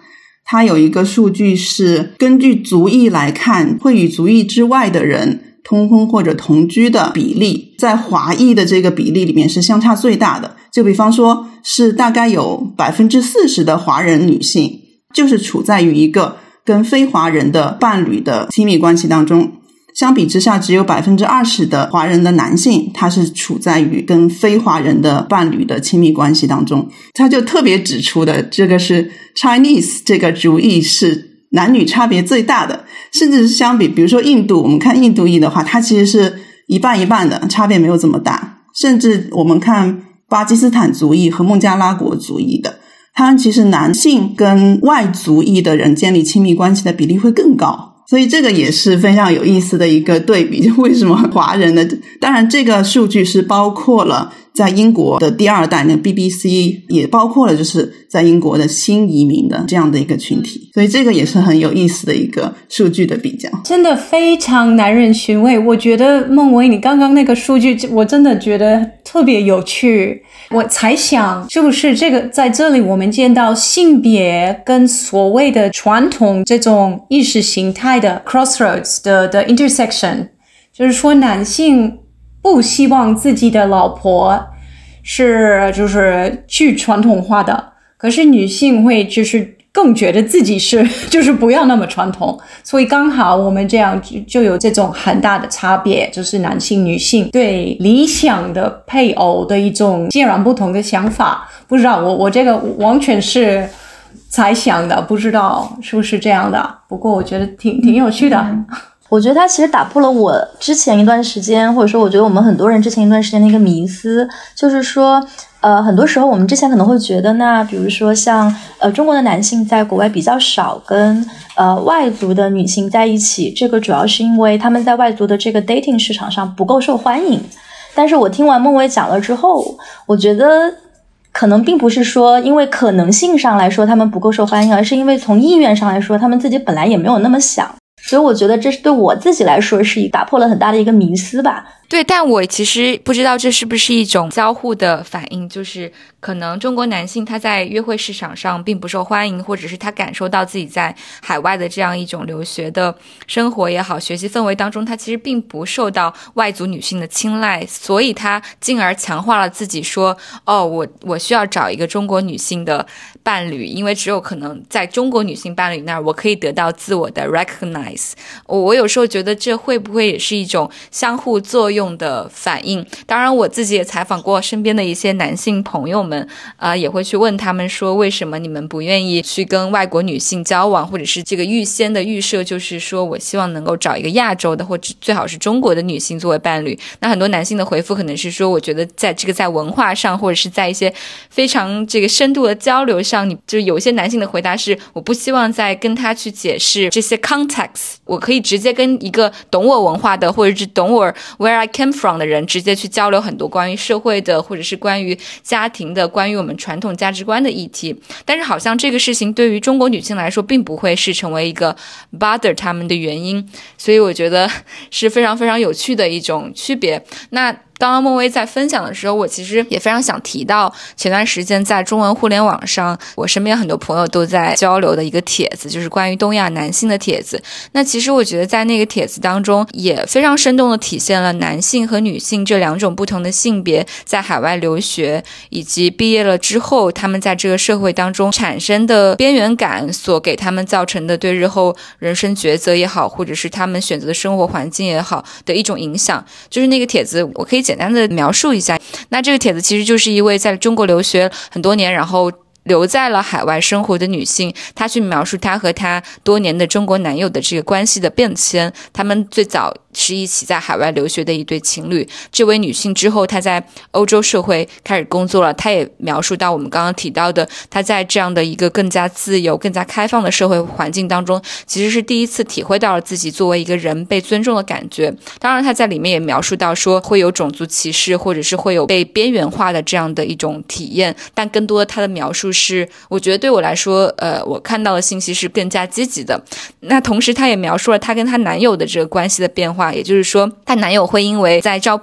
[SPEAKER 1] 它有一个数据是根据族裔来看，会与族裔之外的人通婚或者同居的比例，在华裔的这个比例里面是相差最大的。就比方说是大概有 百分之四十 的华人女性就是处在于一个跟非华人的伴侣的亲密关系当中，相比之下只有 百分之二十 的华人的男性他是处在于跟非华人的伴侣的亲密关系当中。他就特别指出的这个是 Chinese 这个族裔是男女差别最大的，甚至是相比比如说印度，我们看印度裔的话它其实是一半一半的，差别没有这么大。甚至我们看巴基斯坦族裔和孟加拉国族裔的，他们其实男性跟外族裔的人建立亲密关系的比例会更高。所以这个也是非常有意思的一个对比，就为什么华人的，当然这个数据是包括了在英国的第二代那 B B C， 也包括了就是在英国的新移民的这样的一个群体，所以这个也是很有意思的一个数据的比较，
[SPEAKER 2] 真的非常耐人寻味。我觉得孟薇你刚刚那个数据我真的觉得特别有趣，我才想是不是这个在这里我们见到性别跟所谓的传统这种意识形态的 crossroads 的, 的 intersection， 就是说男性不希望自己的老婆是就是去传统化的，可是女性会就是更觉得自己是就是不要那么传统，所以刚好我们这样就有这种很大的差别，就是男性女性对理想的配偶的一种截然不同的想法。不知道我我这个完全是猜想的，不知道是不是这样的，不过我觉得挺挺有趣的。
[SPEAKER 4] 嗯，我觉得它其实打破了我之前一段时间，或者说我觉得我们很多人之前一段时间的一个迷思，就是说呃，很多时候我们之前可能会觉得，那比如说像呃中国的男性在国外比较少跟呃外族的女性在一起，这个主要是因为他们在外族的这个 dating 市场上不够受欢迎。但是我听完孟薇讲了之后，我觉得可能并不是说因为可能性上来说他们不够受欢迎，而是因为从意愿上来说他们自己本来也没有那么想。所以我觉得这是对我自己来说是打破了很大的一个迷思吧。
[SPEAKER 3] 对，但我其实不知道这是不是一种交互的反应，就是可能中国男性他在约会市场上并不受欢迎，或者是他感受到自己在海外的这样一种留学的生活也好，学习氛围当中，他其实并不受到外族女性的青睐，所以他进而强化了自己说，哦，我我需要找一个中国女性的伴侣，因为只有可能在中国女性伴侣那儿，我可以得到自我的 recognize。我我有时候觉得这会不会也是一种相互作用的反应。当然我自己也采访过身边的一些男性朋友们，呃，也会去问他们说，为什么你们不愿意去跟外国女性交往，或者是这个预先的预设就是说我希望能够找一个亚洲的或者最好是中国的女性作为伴侣。那很多男性的回复可能是说，我觉得在这个在文化上或者是在一些非常这个深度的交流上，你就是有一些男性的回答是，我不希望再跟他去解释这些 context， 我可以直接跟一个懂我文化的或者是懂我 where I came from 的人直接去交流很多关于社会的或者是关于家庭的关于我们传统价值观的议题。但是好像这个事情对于中国女性来说并不会是成为一个 bother 他们的原因，所以我觉得是非常非常有趣的一种区别。那刚刚孟薇在分享的时候，我其实也非常想提到前段时间在中文互联网上我身边很多朋友都在交流的一个帖子，就是关于东亚男性的帖子。那其实我觉得在那个帖子当中也非常生动地体现了男性和女性这两种不同的性别在海外留学以及毕业了之后他们在这个社会当中产生的边缘感所给他们造成的对日后人生抉择也好，或者是他们选择的生活环境也好的一种影响。就是那个帖子我可以简单的描述一下，那这个帖子其实就是一位在中国留学很多年然后留在了海外生活的女性，她去描述她和她多年的中国男友的这个关系的变迁。他们最早是一起在海外留学的一对情侣，这位女性之后她在欧洲社会开始工作了，她也描述到我们刚刚提到的，她在这样的一个更加自由更加开放的社会环境当中，其实是第一次体会到了自己作为一个人被尊重的感觉。当然她在里面也描述到说会有种族歧视或者是会有被边缘化的这样的一种体验，但更多的她的描述是我觉得对我来说呃，我看到的信息是更加积极的。那同时她也描述了她跟她男友的这个关系的变化，也就是说她男友会因为在招聘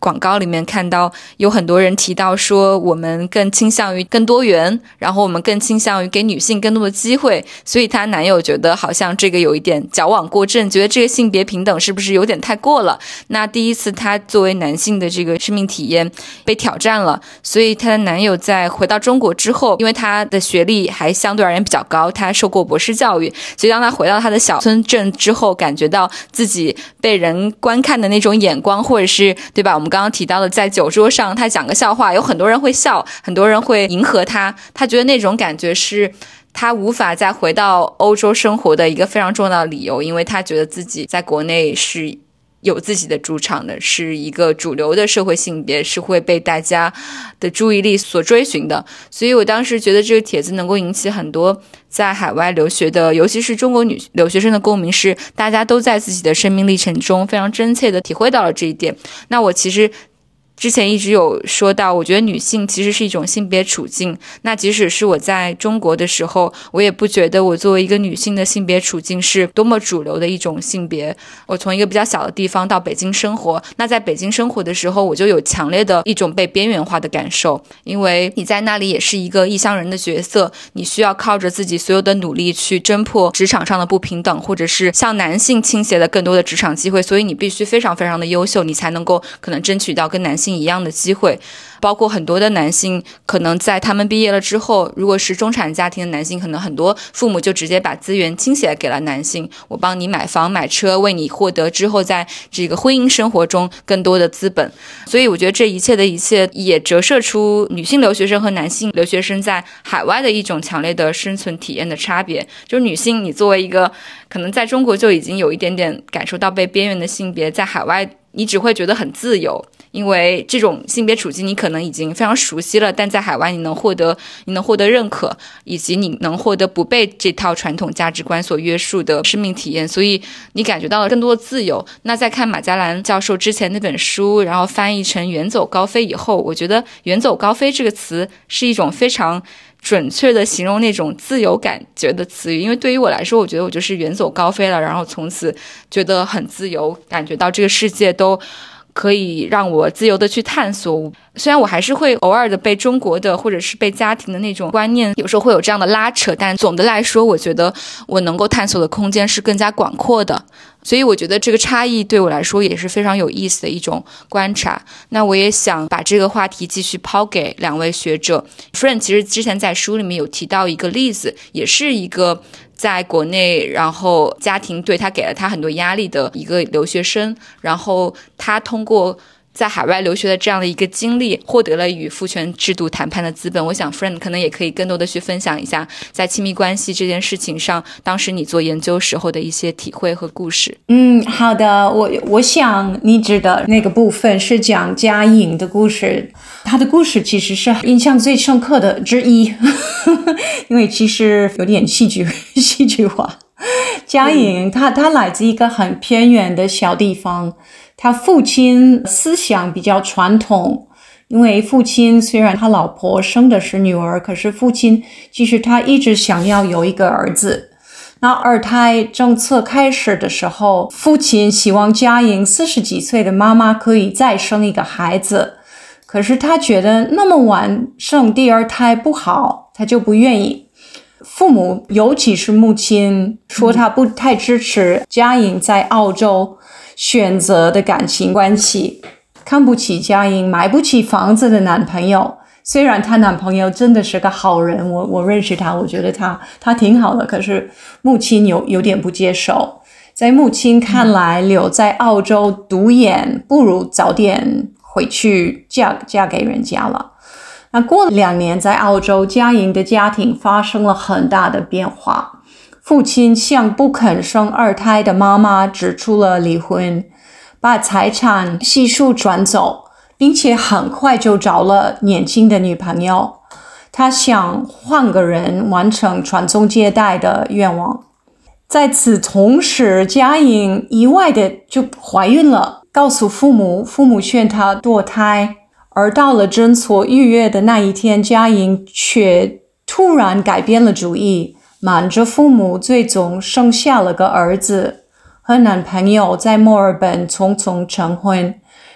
[SPEAKER 3] 广告里面看到有很多人提到说我们更倾向于更多元，然后我们更倾向于给女性更多的机会，所以她男友觉得好像这个有一点矫枉过正，觉得这个性别平等是不是有点太过了。那第一次她作为男性的这个生命体验被挑战了，所以她的男友在回到中国之后，因为他的学历还相对而言比较高，他受过博士教育，所以当他回到他的小村镇之后，感觉到自己被人观看的那种眼光，或者是对吧，我们刚刚提到的在酒桌上他讲个笑话有很多人会笑，很多人会迎合他，他觉得那种感觉是他无法再回到欧洲生活的一个非常重要的理由，因为他觉得自己在国内是有自己的主场的，是一个主流的社会性别，是会被大家的注意力所追寻的。所以我当时觉得这个帖子能够引起很多在海外留学的，尤其是中国女留学生的共鸣，是大家都在自己的生命历程中非常真切的体会到了这一点。那我其实之前一直有说到，我觉得女性其实是一种性别处境，那即使是我在中国的时候，我也不觉得我作为一个女性的性别处境是多么主流的一种性别。我从一个比较小的地方到北京生活，那在北京生活的时候，我就有强烈的一种被边缘化的感受，因为你在那里也是一个异乡人的角色，你需要靠着自己所有的努力去侦破职场上的不平等，或者是向男性倾斜的更多的职场机会，所以你必须非常非常的优秀，你才能够可能争取到跟男性一样的机会。包括很多的男性可能在他们毕业了之后，如果是中产家庭的男性，可能很多父母就直接把资源倾斜给了男性，我帮你买房买车，为你获得之后在这个婚姻生活中更多的资本。所以我觉得这一切的一切也折射出女性留学生和男性留学生在海外的一种强烈的生存体验的差别。就是女性你作为一个可能在中国就已经有一点点感受到被边缘的性别，在海外你只会觉得很自由，因为这种性别处境你可能已经非常熟悉了，但在海外你能获得你能获得认可，以及你能获得不被这套传统价值观所约束的生命体验，所以你感觉到了更多的自由。那在看马加兰教授之前那本书，然后翻译成远走高飞以后，我觉得远走高飞这个词是一种非常准确的形容那种自由感觉的词语，因为对于我来说，我觉得我就是远走高飞了，然后从此觉得很自由，感觉到这个世界都可以让我自由的去探索。虽然我还是会偶尔的被中国的或者是被家庭的那种观念有时候会有这样的拉扯，但总的来说我觉得我能够探索的空间是更加广阔的，所以我觉得这个差异对我来说也是非常有意思的一种观察。那我也想把这个话题继续抛给两位学者。 Fran 其实之前在书里面有提到一个例子，也是一个在国内然后家庭对他给了他很多压力的一个留学生，然后他通过在海外留学的这样的一个经历获得了与父权制度谈判的资本。我想 Fran 可能也可以更多的去分享一下在亲密关系这件事情上当时你做研究时候的一些体会和故事。
[SPEAKER 2] 嗯，好的，我我想你指的那个部分是讲嘉颖的故事，她的故事其实是印象最深刻的之一因为其实有点戏剧戏剧化。嘉颖她她来自一个很偏远的小地方，他父亲思想比较传统，因为父亲虽然他老婆生的是女儿，可是父亲其实他一直想要有一个儿子。那二胎政策开始的时候，父亲希望嘉颖四十几岁的妈妈可以再生一个孩子，可是他觉得那么晚生第二胎不好，他就不愿意。父母尤其是母亲说他不太支持嘉颖在澳洲选择的感情关系，看不起嘉颖买不起房子的男朋友。虽然她男朋友真的是个好人，我我认识他，我觉得他他挺好的，可是母亲有有点不接受。在母亲看来，留在澳洲读研不如早点回去嫁嫁给人家了。那过了两年，在澳洲，嘉颖的家庭发生了很大的变化。父亲向不肯生二胎的妈妈指出了离婚，把财产悉数转走，并且很快就找了年轻的女朋友。他想换个人完成传宗接代的愿望。在此同时，嘉颖意外的就怀孕了，告诉父母，父母劝她堕胎。而到了诊所预约的那一天，嘉颖却突然改变了主意，瞒着父母，最终生下了个儿子，和男朋友在墨尔本匆匆成婚，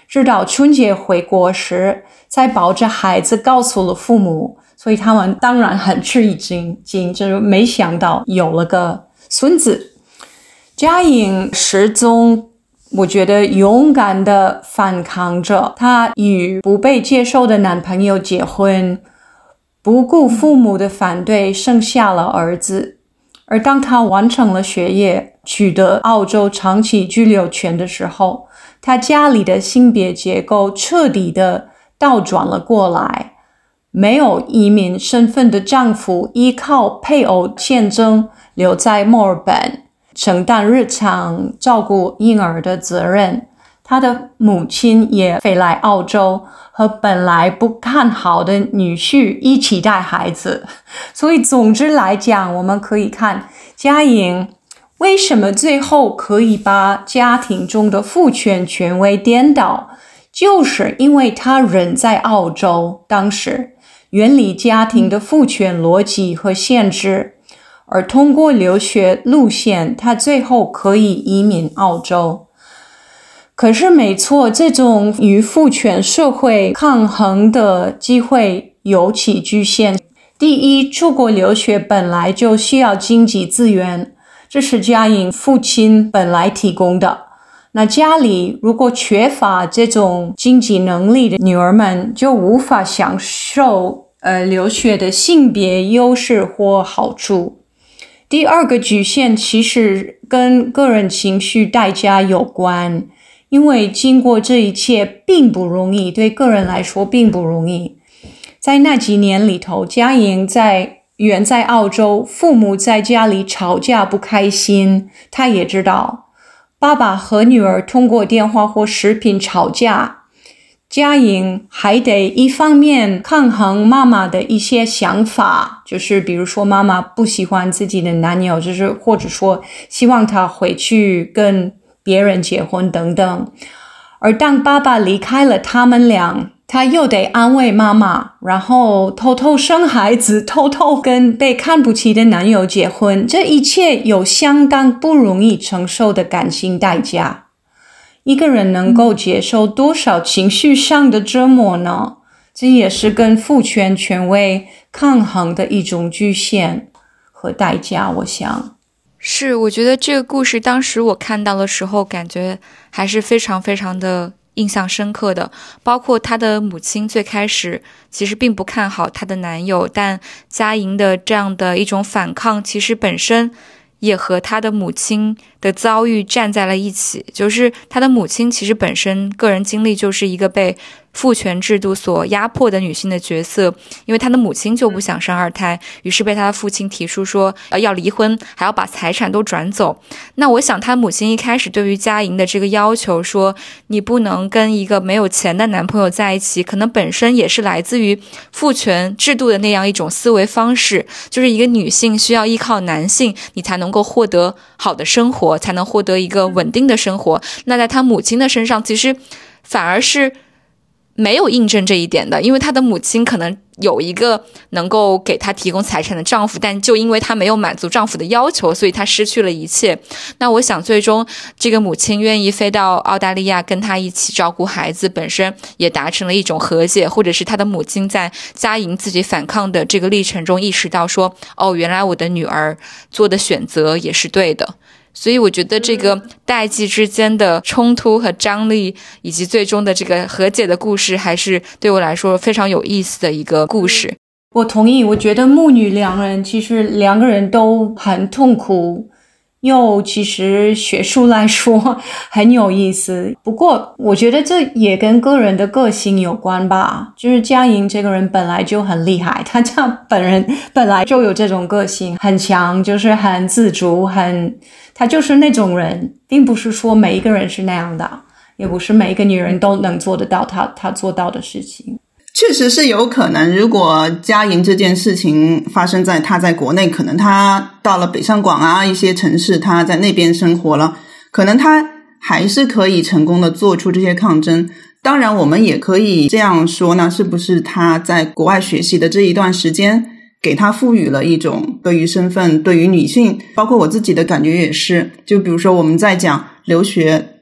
[SPEAKER 2] 直到春节回国时才抱着孩子告诉了父母，所以他们当然很吃一惊，就是没想到有了个孙子。佳颖始终我觉得勇敢的反抗着，她与不被接受的男朋友结婚，不顾父母的反对生下了儿子。而当她完成了学业，取得澳洲长期居留权的时候，她家里的性别结构彻底的倒转了过来。没有移民身份的丈夫依靠配偶签证留在墨尔本，承担日常照顾婴儿的责任。他的母亲也飞来澳洲，和本来不看好的女婿一起带孩子。所以总之来讲，我们可以看佳颖为什么最后可以把家庭中的父权权威颠倒，就是因为他人在澳洲，当时远离家庭的父权逻辑和限制，而通过留学路线，他最后可以移民澳洲。可是没错，这种与父权社会抗衡的机会尤其局限。第一，出国留学本来就需要经济资源，这是佳颖父亲本来提供的。那家里如果缺乏这种经济能力的女儿们，就无法享受呃留学的性别优势或好处。第二个局限其实跟个人情绪代价有关，因为经过这一切并不容易，对个人来说并不容易。在那几年里头，佳颖在远在澳洲，父母在家里吵架不开心，她也知道爸爸和女儿通过电话或视频吵架，佳颖还得一方面抗衡妈妈的一些想法，就是比如说妈妈不喜欢自己的男友，就是或者说希望他回去跟别人结婚等等。而当爸爸离开了他们俩，他又得安慰妈妈，然后偷偷生孩子，偷偷跟被看不起的男友结婚，这一切有相当不容易承受的感情代价。一个人能够接受多少情绪上的折磨呢？这也是跟父权权威抗衡的一种局限和代价，我想。
[SPEAKER 3] 是，我觉得这个故事当时我看到的时候，感觉还是非常非常的印象深刻的。包括她的母亲最开始其实并不看好她的男友，但佳颖的这样的一种反抗，其实本身也和她的母亲的遭遇站在了一起。就是她的母亲其实本身个人经历就是一个被父权制度所压迫的女性的角色，因为她的母亲就不想生二胎，于是被她的父亲提出说、呃、要离婚，还要把财产都转走。那我想她母亲一开始对于佳颖的这个要求说你不能跟一个没有钱的男朋友在一起，可能本身也是来自于父权制度的那样一种思维方式，就是一个女性需要依靠男性你才能够获得好的生活，才能获得一个稳定的生活。那在她母亲的身上其实反而是没有印证这一点的，因为她的母亲可能有一个能够给她提供财产的丈夫，但就因为她没有满足丈夫的要求，所以她失去了一切。那我想最终这个母亲愿意飞到澳大利亚跟她一起照顾孩子，本身也达成了一种和解，或者是她的母亲在佳颖自己反抗的这个历程中意识到说，哦，原来我的女儿做的选择也是对的。所以我觉得这个代际之间的冲突和张力，以及最终的这个和解的故事，还是对我来说非常有意思的一个故事。
[SPEAKER 2] 我同意，我觉得母女两人其实两个人都很痛苦，又其实学术来说很有意思。不过我觉得这也跟个人的个性有关吧，就是佳颖这个人本来就很厉害，她这本人本来就有这种个性，很强，就是很自主，很她就是那种人，并不是说每一个人是那样的，也不是每一个女人都能做得到她她做到的事情。
[SPEAKER 1] 确实是有可能，如果佳颖这件事情发生在她在国内，可能她到了北上广啊一些城市，她在那边生活了，可能她还是可以成功的做出这些抗争。当然我们也可以这样说呢，是不是她在国外学习的这一段时间给她赋予了一种对于身份，对于女性，包括我自己的感觉也是，就比如说我们在讲留学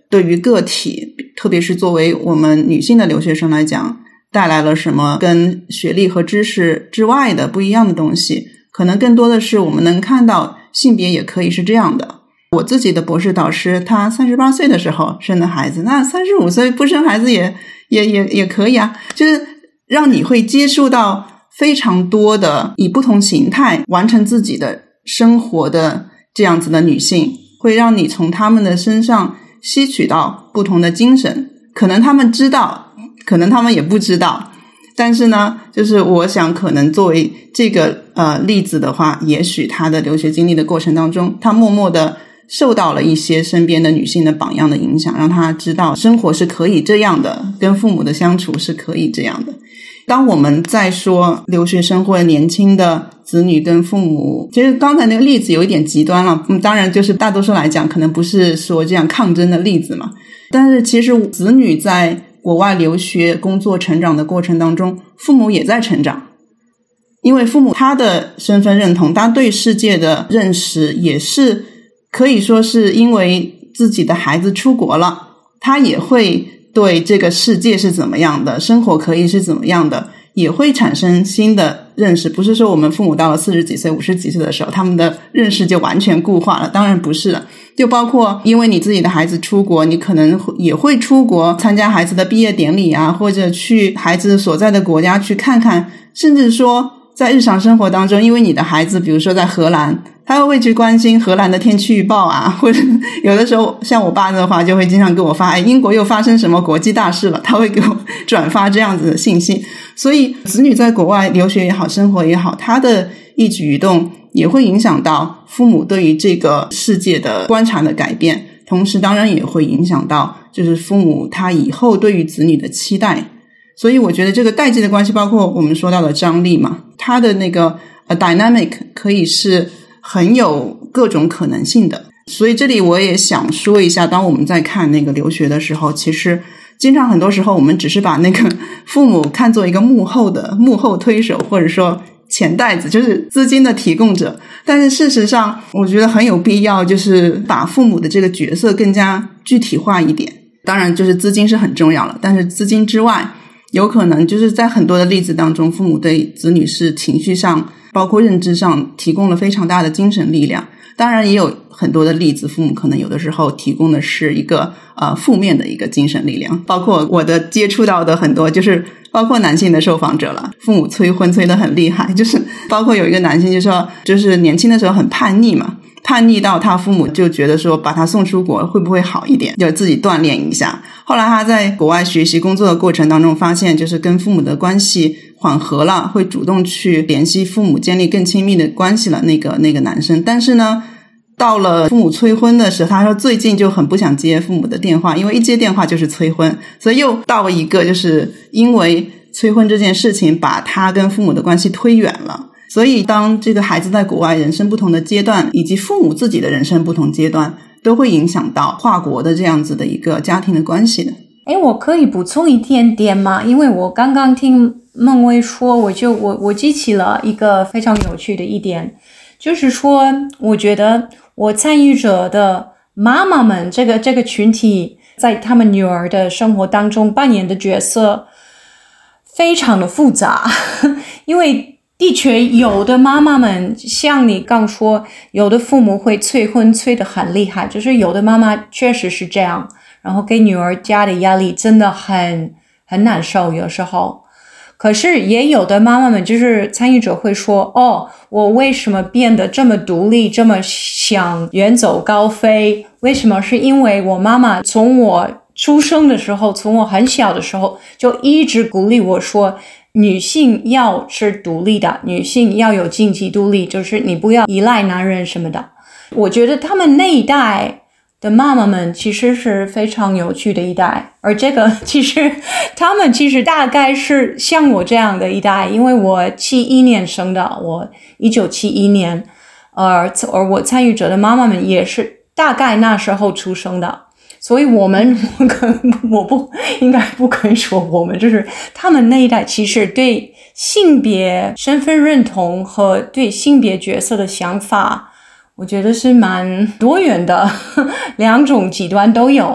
[SPEAKER 1] 对于个体，特别是作为我们女性的留学生来讲，带来了什么跟学历和知识之外的不一样的东西。可能更多的是我们能看到性别也可以是这样的。我自己的博士导师他三十八岁的时候生的孩子，那三十五岁不生孩子也也也也可以啊，就是让你会接触到非常多的以不同形态完成自己的生活的这样子的女性，会让你从她们的身上吸取到不同的精神，可能她们知道，可能她们也不知道，但是呢就是我想可能作为这个呃例子的话，也许她的留学经历的过程当中，她默默的受到了一些身边的女性的榜样的影响，让她知道生活是可以这样的，跟父母的相处是可以这样的。当我们在说留学生或者年轻的子女跟父母，其实刚才那个例子有一点极端了，嗯，当然就是大多数来讲可能不是说这样抗争的例子嘛，但是其实子女在国外留学工作成长的过程当中，父母也在成长，因为父母他的身份认同，他对世界的认识也是可以说是因为自己的孩子出国了，他也会对这个世界是怎么样的，生活可以是怎么样的，也会产生新的认识。不是说我们父母到了四十几岁五十几岁的时候他们的认识就完全固化了，当然不是了。就包括因为你自己的孩子出国，你可能也会出国参加孩子的毕业典礼啊，或者去孩子所在的国家去看看，甚至说在日常生活当中，因为你的孩子比如说在荷兰，他会去关心荷兰的天气预报啊，或者有的时候像我爸的话就会经常给我发，哎，英国又发生什么国际大事了，他会给我转发这样子的信息。所以子女在国外留学也好，生活也好，他的一举一动也会影响到父母对于这个世界的观察的改变，同时当然也会影响到就是父母他以后对于子女的期待。所以我觉得这个代际的关系，包括我们说到的张力嘛，它的那个 dynamic 可以是很有各种可能性的。所以这里我也想说一下，当我们在看那个留学的时候，其实经常很多时候我们只是把那个父母看作一个幕后的幕后推手，或者说钱袋子，就是资金的提供者。但是事实上我觉得很有必要就是把父母的这个角色更加具体化一点。当然就是资金是很重要了，但是资金之外，有可能就是在很多的例子当中，父母对子女是情绪上包括认知上提供了非常大的精神力量。当然也有很多的例子，父母可能有的时候提供的是一个呃负面的一个精神力量，包括我的接触到的很多就是包括男性的受访者了，父母催婚催得很厉害，就是包括有一个男性就说就是年轻的时候很叛逆嘛，叛逆到他父母就觉得说把他送出国会不会好一点，就自己锻炼一下。后来他在国外学习工作的过程当中发现就是跟父母的关系缓和了，会主动去联系父母，建立更亲密的关系了，那个那个男生。但是呢到了父母催婚的时候，他说最近就很不想接父母的电话，因为一接电话就是催婚，所以又到了一个就是因为催婚这件事情把他跟父母的关系推远了。所以当这个孩子在国外人生不同的阶段，以及父母自己的人生不同阶段，都会影响到跨国的这样子的一个家庭的关系的。
[SPEAKER 2] 诶，我可以补充一点点吗？因为我刚刚听孟薇说，我就我我记起了一个非常有趣的一点，就是说我觉得我参与者的妈妈们这个这个群体在他们女儿的生活当中扮演的角色非常的复杂。因为的确有的妈妈们像你刚说，有的父母会催婚催得很厉害，就是有的妈妈确实是这样，然后给女儿家的压力真的很很难受有时候。可是也有的妈妈们就是参与者会说，哦，我为什么变得这么独立，这么想远走高飞？为什么？是因为我妈妈从我出生的时候，从我很小的时候就一直鼓励我说，女性要是独立的，女性要有经济独立，就是你不要依赖男人什么的。我觉得他们那一代的妈妈们其实是非常有趣的一代，而这个其实他们其实大概是像我这样的一代，因为我七一年生的，我一九七一年，而而我参与者的妈妈们也是大概那时候出生的，所以我们我可我不应该不可以说我们，就是他们那一代其实对性别身份认同和对性别角色的想法，我觉得是蛮多元的，两种极端都有。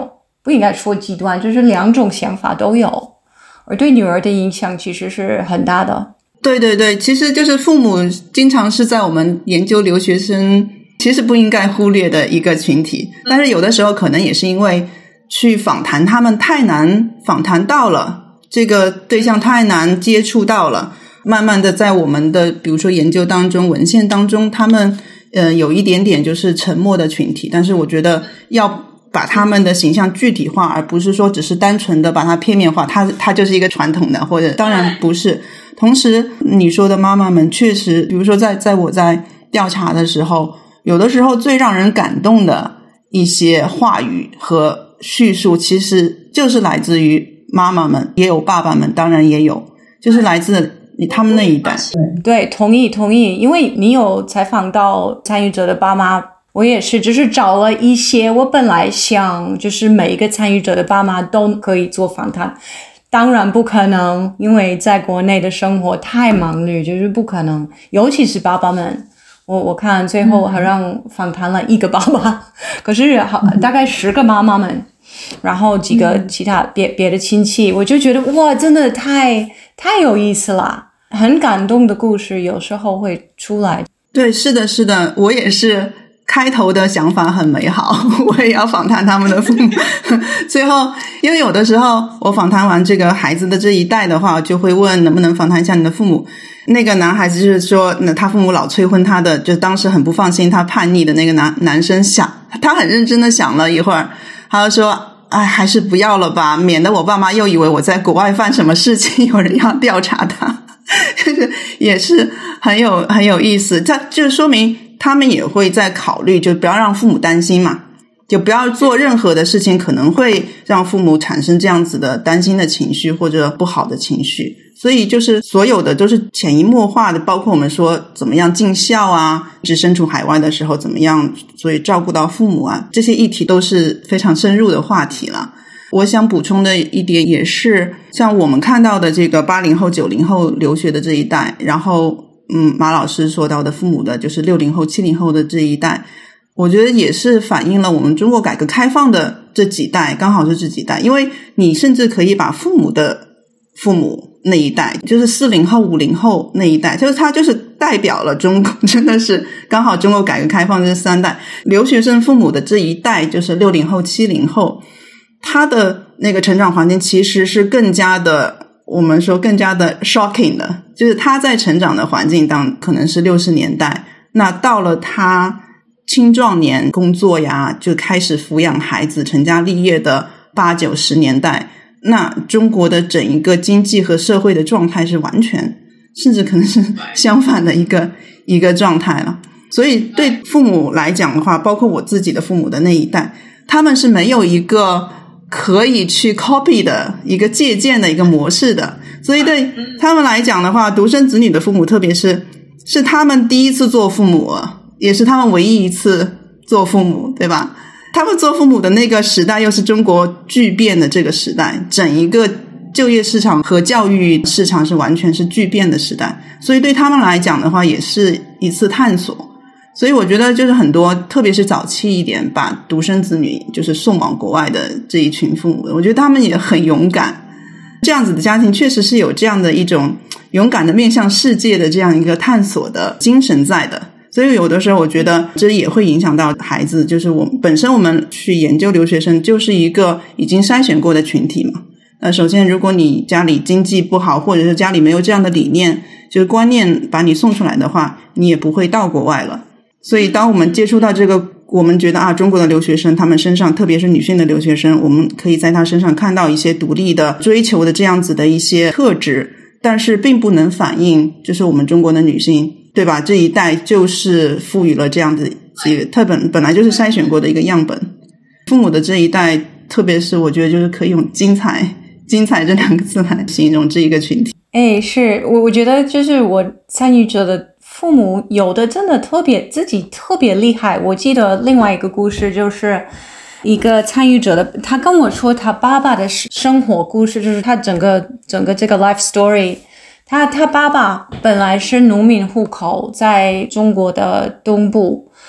[SPEAKER 2] 不应该说极端，就是两种想法都有，而对女儿的影响其实是很大的。
[SPEAKER 1] 对对对，其实就是父母经常是在我们研究留学生其实不应该忽略的一个群体，但是有的时候可能也是因为去访谈他们太难访谈到了，这个对象太难接触到了，慢慢的在我们的比如说研究当中文献当中他们呃有一点点就是沉默的群体，但是我觉得要把他们的形象具体化，而不是说只是单纯的把它片面化，它它就是一个传统的，或者当然不是。同时你说的妈妈们确实，比如说在在我在调查的时候，有的时候最让人感动的一些话语和叙述其实就是来自于妈妈们，也有爸爸们，当然也有，就是来自他们那一代。
[SPEAKER 2] 对，同意同意，因为你有采访到参与者的爸妈，我也是就是找了一些，我本来想就是每一个参与者的爸妈都可以做访谈，当然不可能，因为在国内的生活太忙碌，就是不可能，尤其是爸爸们。我我看最后好像访谈了一个爸爸，可是好大概十个妈妈们，然后几个其他别别的亲戚，我就觉得哇，真的太太有意思了，很感动的故事有时候会出来。
[SPEAKER 1] 对，是的是的，我也是开头的想法很美好，我也要访谈他们的父母最后因为有的时候我访谈完这个孩子的这一代的话，就会问能不能访谈一下你的父母。那个男孩子就是说那他父母老催婚他的，就当时很不放心他叛逆的那个男男生想他很认真的想了一会儿，他就说哎，还是不要了吧，免得我爸妈又以为我在国外犯什么事情，有人要调查他就是也是很有很有意思，这就说明他们也会在考虑，就不要让父母担心嘛，就不要做任何的事情可能会让父母产生这样子的担心的情绪或者不好的情绪，所以就是所有的都是潜移默化的，包括我们说怎么样尽孝啊，只身处海外的时候怎么样所以照顾到父母啊，这些议题都是非常深入的话题了。我想补充的一点也是像我们看到的这个八零后九零后留学的这一代，然后嗯，马老师说到的父母的就是六零后七零后的这一代，我觉得也是反映了我们中国改革开放的这几代，刚好是这几代，因为你甚至可以把父母的父母那一代，就是四零后五零后那一代，就是它就是代表了中国，真的是刚好中国改革开放这三代留学生父母的这一代，就是六零后七零后，他的那个成长环境其实是更加的，我们说更加的 shocking 的，就是他在成长的环境当可能是六十年代，那到了他青壮年工作呀，就开始抚养孩子成家立业的八九十年代，那中国的整一个经济和社会的状态是完全甚至可能是相反的一个一个状态了。所以对父母来讲的话，包括我自己的父母的那一代，他们是没有一个可以去 copy 的一个借鉴的一个模式的，所以对他们来讲的话，独生子女的父母特别是是他们第一次做父母，也是他们唯一一次做父母，对吧？他们做父母的那个时代又是中国巨变的这个时代，整一个就业市场和教育市场是完全是巨变的时代，所以对他们来讲的话也是一次探索。所以我觉得就是很多特别是早期一点把独生子女就是送往国外的这一群父母，我觉得他们也很勇敢，这样子的家庭确实是有这样的一种勇敢的面向世界的这样一个探索的精神在的。所以有的时候我觉得这也会影响到孩子，就是我本身我们去研究留学生就是一个已经筛选过的群体嘛。那首先如果你家里经济不好，或者是家里没有这样的理念就是观念把你送出来的话，你也不会到国外了。所以当我们接触到这个，我们觉得啊，中国的留学生他们身上特别是女性的留学生，我们可以在她身上看到一些独立的追求的这样子的一些特质，但是并不能反映就是我们中国的女性，对吧？这一代就是赋予了这样的几个特本本来就是筛选过的一个样本。父母的这一代特别是我觉得就是可以用精彩精彩这两个字来形容这一个群体。
[SPEAKER 2] 哎，是我我觉得就是我参与者的父母有的真的特别自己特别厉害。我记得另外一个故事，就是一个参与者的他跟我说他爸爸的生活故事，就是他整个整个这个 life story。他他爸爸本来是农民户口，在中国的东部，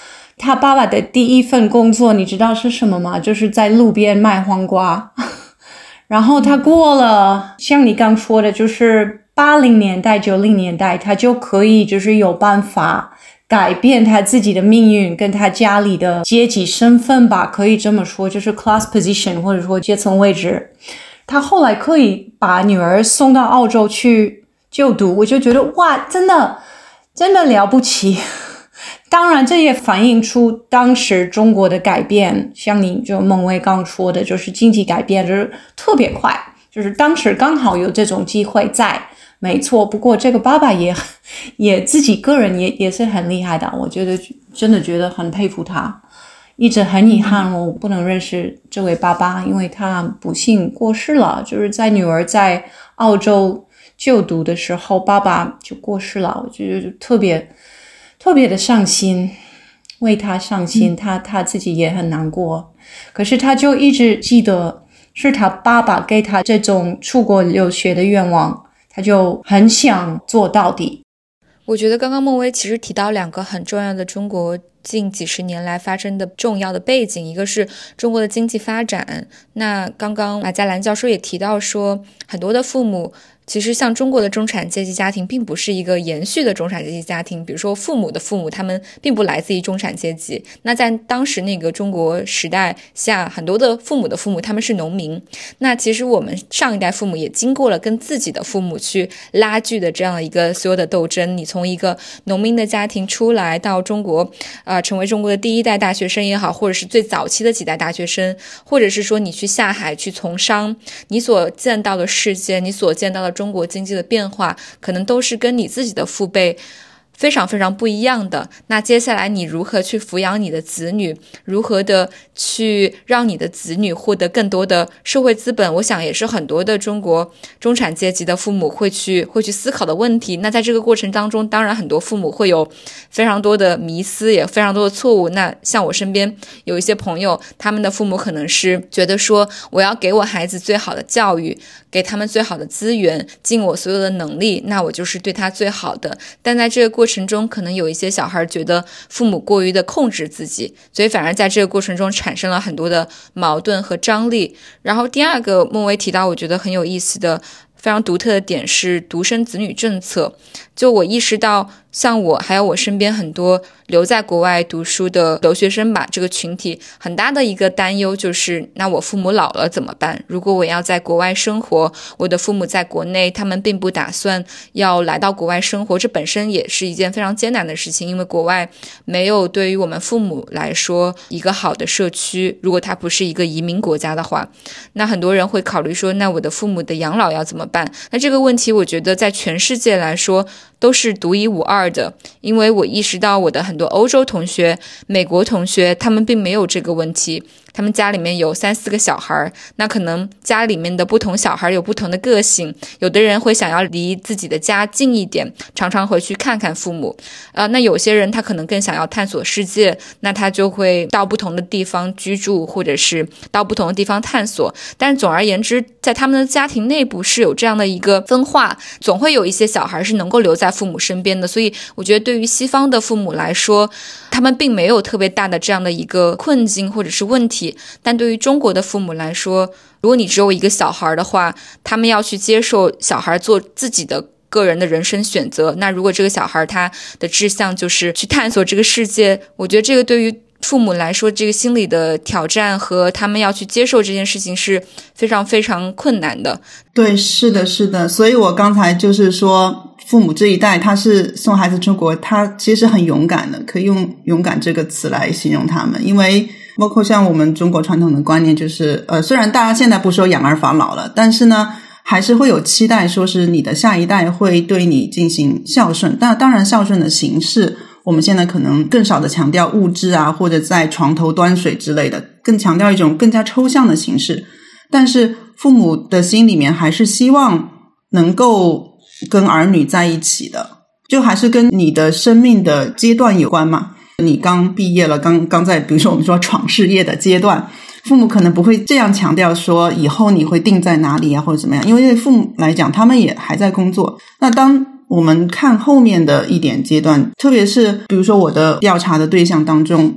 [SPEAKER 2] 他爸爸的第一份工作你知道是什么吗？就是在路边卖黄瓜。然后他过了像你刚说的，就是八零年代九零年代，他就可以就是有办法改变他自己的命运跟他家里的阶级身份吧，可以这么说，就是 class position 或者说阶层位置。他后来可以把女儿送到澳洲去就读，我就觉得哇，真的真的了不起。当然这也反映出当时中国的改变，像你就孟薇刚说的，就是经济改变就是特别快，就是当时刚好有这种机会在，没错。不过这个爸爸也也自己个人也也是很厉害的，我觉得真的觉得很佩服他。一直很遗憾我不能认识这位爸爸，因为他不幸过世了，就是在女儿在澳洲就读的时候爸爸就过世了，我觉得特别特别的伤心，为他伤心，他他自己也很难过。可是他就一直记得是他爸爸给他这种出国留学的愿望，他就很想做到底。
[SPEAKER 3] 我觉得刚刚孟薇其实提到两个很重要的中国近几十年来发生的重要的背景，一个是中国的经济发展。那刚刚马嘉兰教授也提到说，很多的父母其实像中国的中产阶级家庭并不是一个延续的中产阶级家庭，比如说父母的父母他们并不来自于中产阶级，那在当时那个中国时代下，很多的父母的父母他们是农民。那其实我们上一代父母也经过了跟自己的父母去拉锯的这样的一个所有的斗争，你从一个农民的家庭出来到中国呃，成为中国的第一代大学生也好，或者是最早期的几代大学生，或者是说你去下海去从商，你所见到的世界，你所见到的中国经济的变化，可能都是跟你自己的父辈非常非常不一样的。那接下来你如何去抚养你的子女，如何的去让你的子女获得更多的社会资本，我想也是很多的中国中产阶级的父母会去会去思考的问题。那在这个过程当中，当然很多父母会有非常多的迷思，也非常多的错误。那像我身边有一些朋友，他们的父母可能是觉得说，我要给我孩子最好的教育，给他们最好的资源，尽我所有的能力，那我就是对他最好的。但在这个过程中，可能有一些小孩觉得父母过于的控制自己，所以反而在这个过程中产生了很多的矛盾和张力。然后第二个孟薇提到我觉得很有意思的非常独特的点是独生子女政策。就我意识到像我还有我身边很多留在国外读书的留学生吧，这个群体很大的一个担忧就是，那我父母老了怎么办？如果我要在国外生活，我的父母在国内他们并不打算要来到国外生活，这本身也是一件非常艰难的事情，因为国外没有对于我们父母来说一个好的社区，如果它不是一个移民国家的话。那很多人会考虑说，那我的父母的养老要怎么办？那这个问题我觉得在全世界来说都是独一无二的，因为我意识到我的很多欧洲同学、美国同学，他们并没有这个问题。他们家里面有三四个小孩，那可能家里面的不同小孩有不同的个性，有的人会想要离自己的家近一点，常常回去看看父母。呃，那有些人他可能更想要探索世界，那他就会到不同的地方居住，或者是到不同的地方探索。但是总而言之，在他们的家庭内部是有这样的一个分化，总会有一些小孩是能够留在父母身边的。所以我觉得对于西方的父母来说，他们并没有特别大的这样的一个困境或者是问题。但对于中国的父母来说，如果你只有一个小孩的话，他们要去接受小孩做自己的个人的人生选择。那如果这个小孩他的志向就是去探索这个世界，我觉得这个对于父母来说，这个心理的挑战和他们要去接受这件事情是非常非常困难的。
[SPEAKER 1] 对，是的是的。所以我刚才就是说，父母这一代他是送孩子出国，他其实很勇敢的，可以用勇敢这个词来形容他们。因为包括像我们中国传统的观念就是呃，虽然大家现在不说养儿防老了，但是呢还是会有期待，说是你的下一代会对你进行孝顺。但当然孝顺的形式我们现在可能更少的强调物质啊，或者在床头端水之类的，更强调一种更加抽象的形式。但是父母的心里面还是希望能够跟儿女在一起的，就还是跟你的生命的阶段有关嘛。你刚毕业了，刚刚在比如说我们说闯事业的阶段，父母可能不会这样强调说以后你会定在哪里啊或者怎么样，因为对父母来讲他们也还在工作。那当我们看后面的一点阶段，特别是比如说我的调查的对象当中，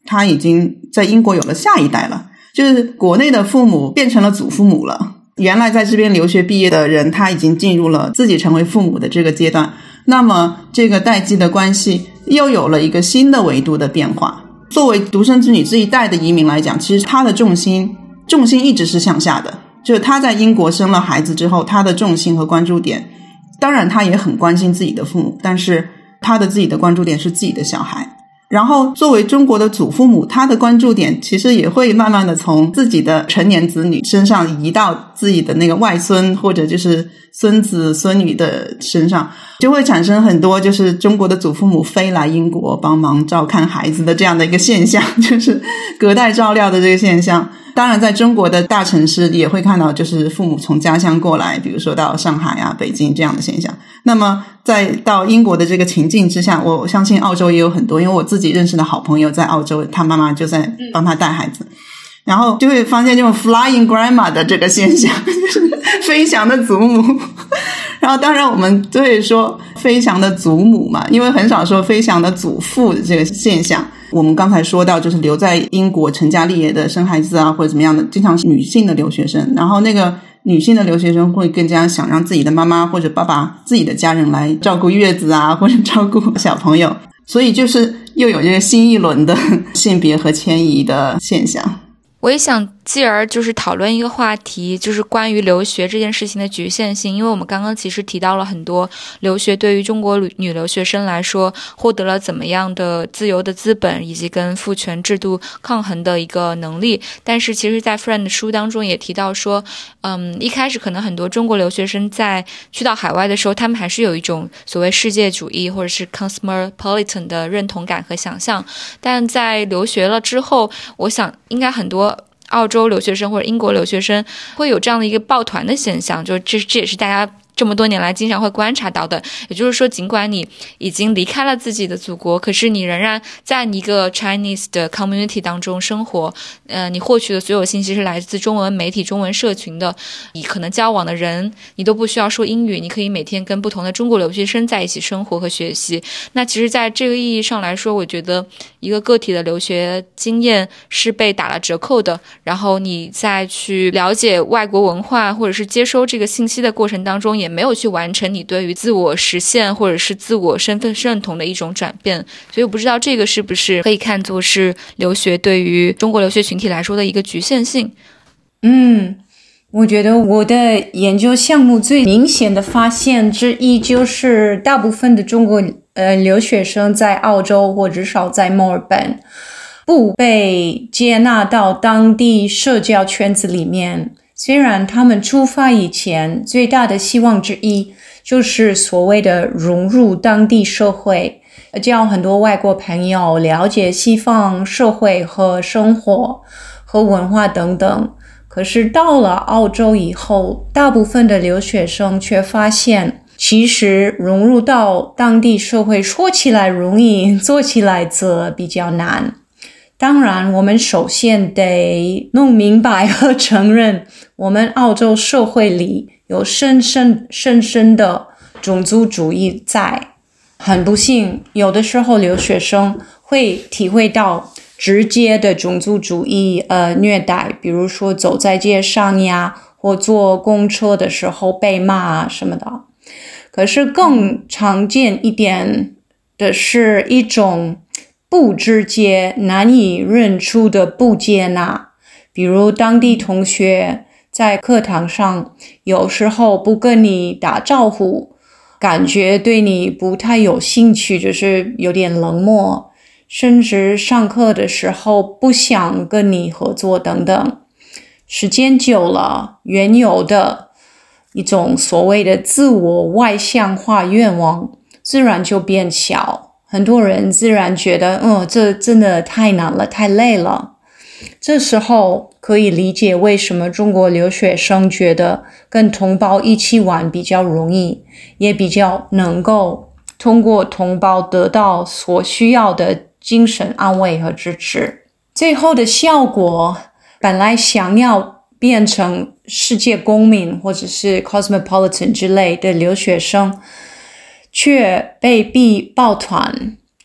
[SPEAKER 1] 他已经在英国有了下一代了，就是国内的父母变成了祖父母了。原来在这边留学毕业的人，他已经进入了自己成为父母的这个阶段，那么这个代际的关系又有了一个新的维度的变化。作为独生子女这一代的移民来讲，其实他的重心重心一直是向下的，就是他在英国生了孩子之后，他的重心和关注点，当然他也很关心自己的父母，但是他的自己的关注点是自己的小孩。然后作为中国的祖父母，他的关注点其实也会慢慢的从自己的成年子女身上移到自己的那个外孙或者就是孙子孙女的身上，就会产生很多就是中国的祖父母飞来英国帮忙照看孩子的这样的一个现象，就是隔代照料的这个现象。当然在中国的大城市也会看到就是父母从家乡过来，比如说到上海啊北京这样的现象。那么在到英国的这个情境之下，我相信澳洲也有很多，因为我自己认识的好朋友在澳洲，他妈妈就在帮他带孩子，然后就会发现这种 flying grandma 的这个现象，就是飞翔的祖母。然后当然我们就会说飞翔的祖母嘛，因为很少说飞翔的祖父的这个现象。我们刚才说到就是留在英国成家立业的生孩子啊或者怎么样的，经常是女性的留学生，然后那个女性的留学生会更加想让自己的妈妈或者爸爸自己的家人来照顾月子啊或者照顾小朋友，所以就是又有这个新一轮的性别和迁移的现象。
[SPEAKER 3] 我也想继而就是讨论一个话题，就是关于留学这件事情的局限性。因为我们刚刚其实提到了很多留学对于中国女留学生来说获得了怎么样的自由的资本，以及跟父权制度抗衡的一个能力。但是其实在 Friend 的书当中也提到说，嗯，一开始可能很多中国留学生在去到海外的时候，他们还是有一种所谓世界主义或者是 cosmopolitan 的认同感和想象。但在留学了之后，我想应该很多澳洲留学生或者英国留学生会有这样的一个抱团的现象，就这这也是大家这么多年来经常会观察到的。也就是说，尽管你已经离开了自己的祖国，可是你仍然在一个 Chinese 的 community 当中生活，呃，你获取的所有信息是来自中文媒体、中文社群的，你可能交往的人你都不需要说英语，你可以每天跟不同的中国留学生在一起生活和学习。那其实在这个意义上来说，我觉得一个个体的留学经验是被打了折扣的，然后你在去了解外国文化或者是接收这个信息的过程当中，也没有去完成你对于自我实现或者是自我身份认同的一种转变。所以我不知道这个是不是可以看作是留学对于中国留学群体来说的一个局限性。
[SPEAKER 2] 嗯，我觉得我的研究项目最明显的发现之一就是大部分的中国呃留学生在澳洲或至少在墨尔本不被接纳到当地社交圈子里面。虽然他们出发以前最大的希望之一就是所谓的融入当地社会，交很多外国朋友，了解西方社会和生活和文化等等。可是到了澳洲以后，大部分的留学生却发现，其实融入到当地社会说起来容易，做起来则比较难。当然，我们首先得弄明白和承认，我们澳洲社会里有深深深深的种族主义在。很不幸，有的时候留学生会体会到直接的种族主义呃虐待，比如说走在街上呀，或坐公车的时候被骂啊什么的。可是更常见一点的是一种不直接难以认出的不接纳，比如当地同学在课堂上有时候不跟你打招呼，感觉对你不太有兴趣，就是有点冷漠，甚至上课的时候不想跟你合作等等。时间久了，原有的一种所谓的自我外向化愿望自然就变小。很多人自然觉得，嗯，这真的太难了，太累了。这时候可以理解为什么中国留学生觉得跟同胞一起玩比较容易，也比较能够通过同胞得到所需要的精神安慰和支持。最后的效果，本来想要变成世界公民或者是 cosmopolitan 之类的留学生，却被逼抱团，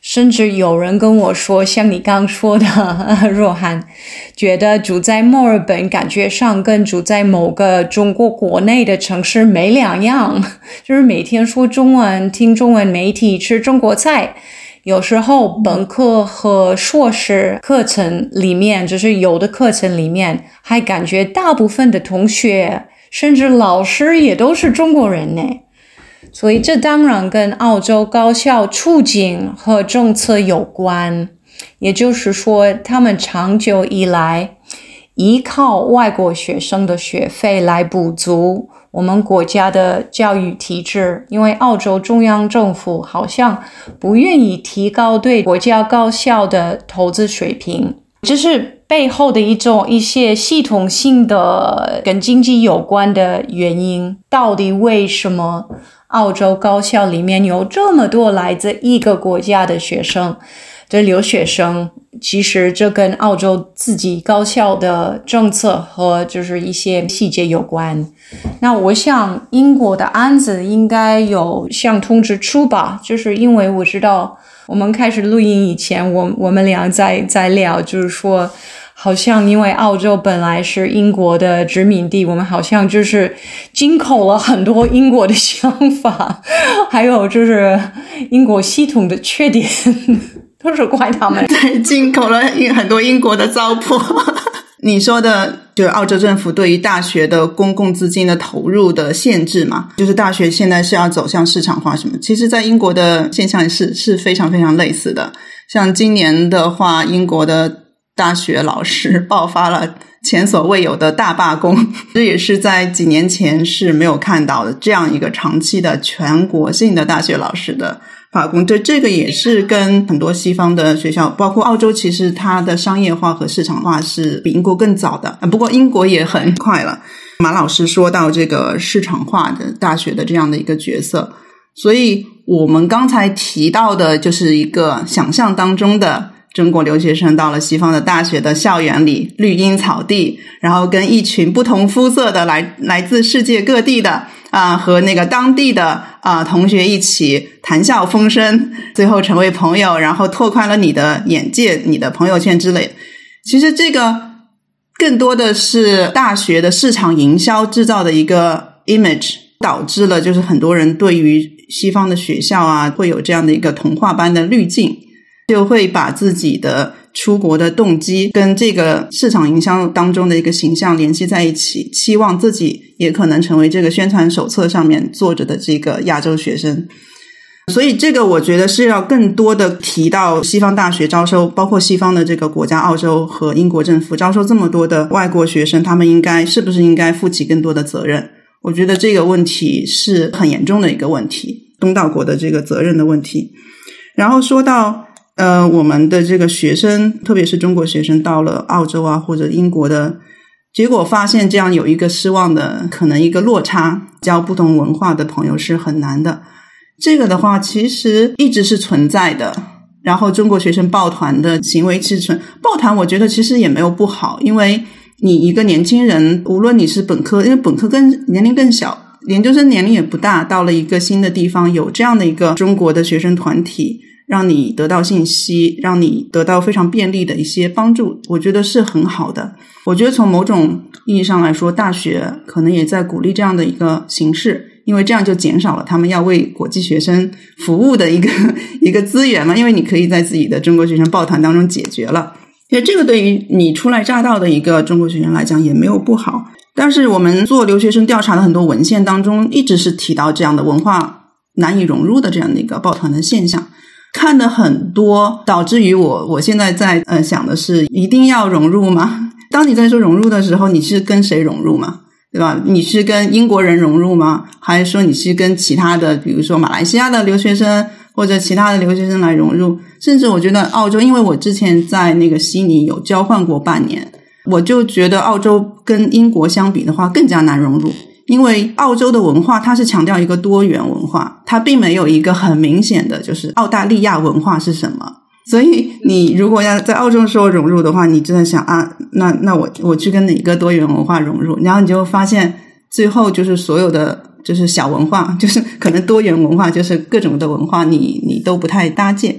[SPEAKER 2] 甚至有人跟我说，像你刚说的若涵，觉得住在墨尔本感觉上跟住在某个中国国内的城市没两样，就是每天说中文，听中文媒体，吃中国菜。有时候本科和硕士课程里面，就是有的课程里面还感觉大部分的同学甚至老师也都是中国人呢。所以这当然跟澳洲高校处境和政策有关，也就是说他们长久以来依靠外国学生的学费来补足我们国家的教育体制，因为澳洲中央政府好像不愿意提高对国家高校的投资水平，这是背后的一种一些系统性的跟经济有关的原因。到底为什么澳洲高校里面有这么多来自一个国家的学生的留学生？其实这跟澳洲自己高校的政策和就是一些细节有关。那我想英国的案子应该有像通知书吧，就是因为我知道我们开始录音以前，我我们俩在在聊，就是说好像因为澳洲本来是英国的殖民地，我们好像就是进口了很多英国的想法，还有就是英国系统的缺点都是怪他们。
[SPEAKER 1] 对，进口了很多英国的糟粕。你说的就是澳洲政府对于大学的公共资金的投入的限制嘛，就是大学现在是要走向市场化什么，其实在英国的现象是是非常非常类似的。像今年的话，英国的大学老师爆发了前所未有的大罢工，这也是在几年前是没有看到的，这样一个长期的全国性的大学老师的罢工。对，这个也是跟很多西方的学校，包括澳洲，其实它的商业化和市场化是比英国更早的，不过英国也很快了。马老师说到这个市场化的大学的这样的一个角色，所以我们刚才提到的就是一个想象当中的中国留学生到了西方的大学的校园里，绿茵草地，然后跟一群不同肤色的来来自世界各地的啊、呃、和那个当地的啊、呃、同学一起谈笑风生，最后成为朋友，然后拓宽了你的眼界，你的朋友圈之类的。其实这个更多的是大学的市场营销制造的一个 image， 导致了就是很多人对于西方的学校啊会有这样的一个童话般的滤镜，就会把自己的出国的动机跟这个市场营销当中的一个形象联系在一起，期望自己也可能成为这个宣传手册上面坐着的这个亚洲学生。所以这个我觉得是要更多的提到西方大学招收，包括西方的这个国家澳洲和英国政府招收这么多的外国学生，他们应该是不是应该负起更多的责任。我觉得这个问题是很严重的一个问题，东道国的这个责任的问题。然后说到呃，我们的这个学生，特别是中国学生到了澳洲啊或者英国的结果，发现这样有一个失望的可能一个落差，交不同文化的朋友是很难的。这个的话其实一直是存在的，然后中国学生抱团的行为是存抱团，我觉得其实也没有不好，因为你一个年轻人，无论你是本科，因为本科更年龄更小，研究生年龄也不大，到了一个新的地方，有这样的一个中国的学生团体让你得到信息，让你得到非常便利的一些帮助，我觉得是很好的。我觉得从某种意义上来说，大学可能也在鼓励这样的一个形式，因为这样就减少了他们要为国际学生服务的一个一个资源嘛，因为你可以在自己的中国学生抱团当中解决了。因为这个对于你初来乍到的一个中国学生来讲也没有不好。但是我们做留学生调查的很多文献当中一直是提到这样的文化难以融入的这样的一个抱团的现象，看的很多，导致于我我现在在呃想的是，一定要融入吗？当你在说融入的时候，你是跟谁融入吗？对吧？你是跟英国人融入吗？还是说你是跟其他的，比如说马来西亚的留学生或者其他的留学生来融入？甚至我觉得澳洲，因为我之前在那个悉尼有交换过半年，我就觉得澳洲跟英国相比的话更加难融入。因为澳洲的文化它是强调一个多元文化，它并没有一个很明显的就是澳大利亚文化是什么。所以你如果要在澳洲说融入的话，你真的想啊，那那我我去跟哪个多元文化融入？然后你就发现最后就是所有的就是小文化，就是可能多元文化就是各种的文化你你都不太搭界。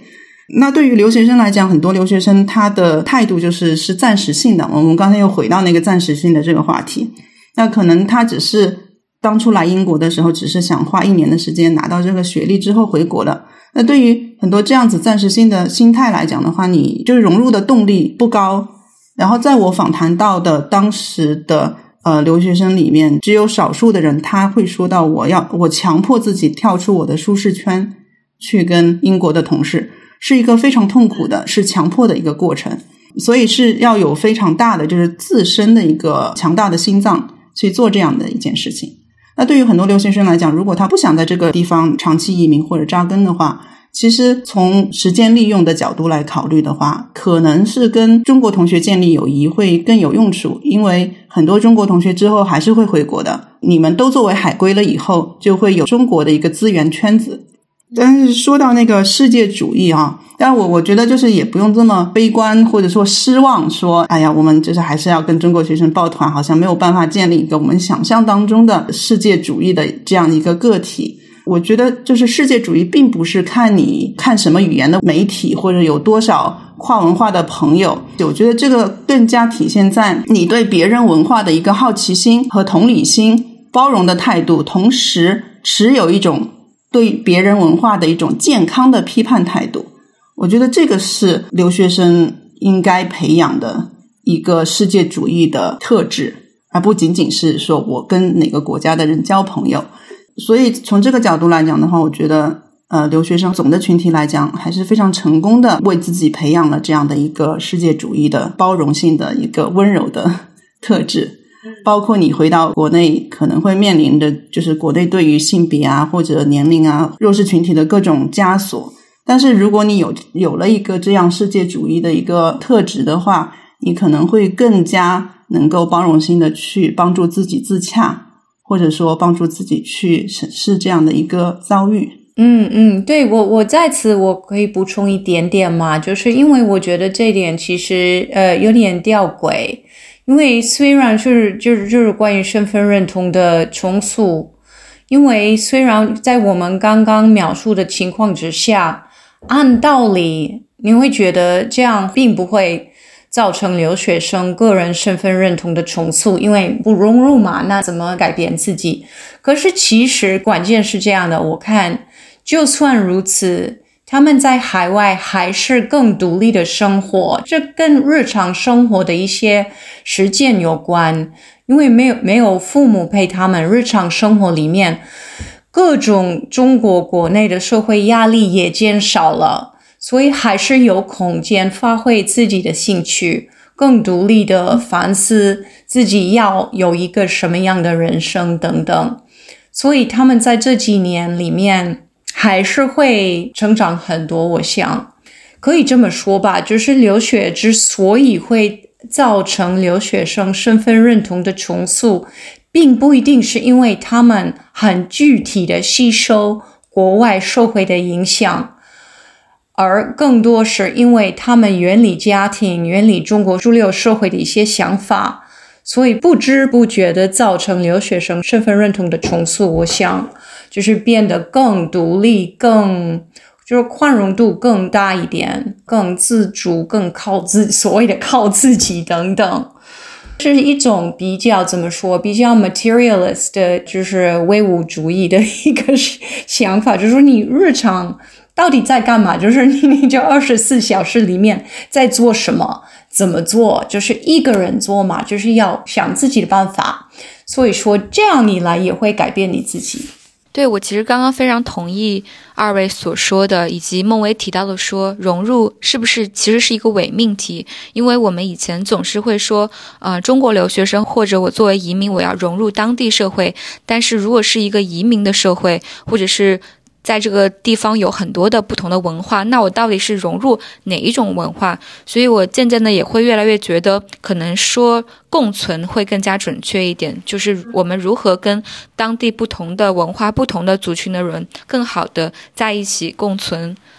[SPEAKER 1] 那对于留学生来讲，很多留学生他的态度就是是暂时性的，我们刚才又回到那个暂时性的这个话题，那可能他只是当初来英国的时候只是想花一年的时间拿到这个学历之后回国的。那对于很多这样子暂时性的心态来讲的话，你就是融入的动力不高。然后在我访谈到的当时的呃留学生里面，只有少数的人他会说到我要我强迫自己跳出我的舒适圈去跟英国的同事，是一个非常痛苦的，是强迫的一个过程。所以是要有非常大的就是自身的一个强大的心脏去做这样的一件事情。那对于很多留学生来讲，如果他不想在这个地方长期移民或者扎根的话，其实从时间利用的角度来考虑的话，可能是跟中国同学建立友谊会更有用处，因为很多中国同学之后还是会回国的，你们都作为海归了以后，就会有中国的一个资源圈子。但是说到那个世界主义啊，但我我觉得就是也不用这么悲观或者说失望，说哎呀我们就是还是要跟中国学生抱团，好像没有办法建立一个我们想象当中的世界主义的这样一个个体。我觉得就是世界主义并不是看你看什么语言的媒体或者有多少跨文化的朋友，我觉得这个更加体现在你对别人文化的一个好奇心和同理心、包容的态度，同时持有一种对别人文化的一种健康的批判态度。我觉得这个是留学生应该培养的一个世界主义的特质，而不仅仅是说我跟哪个国家的人交朋友。所以从这个角度来讲的话，我觉得呃，留学生总的群体来讲还是非常成功的为自己培养了这样的一个世界主义的包容性的一个温柔的特质。包括你回到国内可能会面临的就是国内对于性别啊或者年龄啊弱势群体的各种枷锁，但是如果你有有了一个这样世界主义的一个特质的话，你可能会更加能够包容性的去帮助自己自洽，或者说帮助自己去审视这样的一个遭遇。
[SPEAKER 2] 嗯嗯，对，我我在此我可以补充一点点嘛，就是因为我觉得这点其实呃有点吊诡，因为虽然是就是就是关于身份认同的重塑，因为虽然在我们刚刚描述的情况之下，按道理你会觉得这样并不会造成留学生个人身份认同的重塑，因为不融入嘛，那怎么改变自己？可是其实关键是这样的，我看就算如此，他们在海外还是更独立的生活，这跟日常生活的一些实践有关，因为没有没有父母陪他们，日常生活里面各种中国国内的社会压力也减少了，所以还是有空间发挥自己的兴趣，更独立的反思自己要有一个什么样的人生等等。所以他们在这几年里面还是会成长很多，我想可以这么说吧，就是留学之所以会造成留学生身份认同的重塑，并不一定是因为他们很具体的吸收国外社会的影响，而更多是因为他们远离家庭，远离中国主流社会的一些想法，所以不知不觉地造成留学生身份认同的重塑。我想就是变得更独立，更就是宽容度更大一点，更自主，更靠自所谓的靠自己等等。是一种比较怎么说比较 materialist 的就是唯物主义的一个想法，就是说你日常到底在干嘛，就是你你就二十四小时里面在做什么怎么做，就是一个人做嘛，就是要想自己的办法，所以说这样一来也会改变你自己。
[SPEAKER 3] 对，我其实刚刚非常同意二位所说的，以及孟薇提到的说融入是不是其实是一个伪命题，因为我们以前总是会说呃，中国留学生或者我作为移民我要融入当地社会，但是如果是一个移民的社会，或者是在这个地方有很多的不同的文化，那我到底是融入哪一种文化？所以我渐渐的也会越来越觉得可能说共存会更加准确一点，就是我们如何跟当地不同的文化不同的族群的人更好的在一起共存。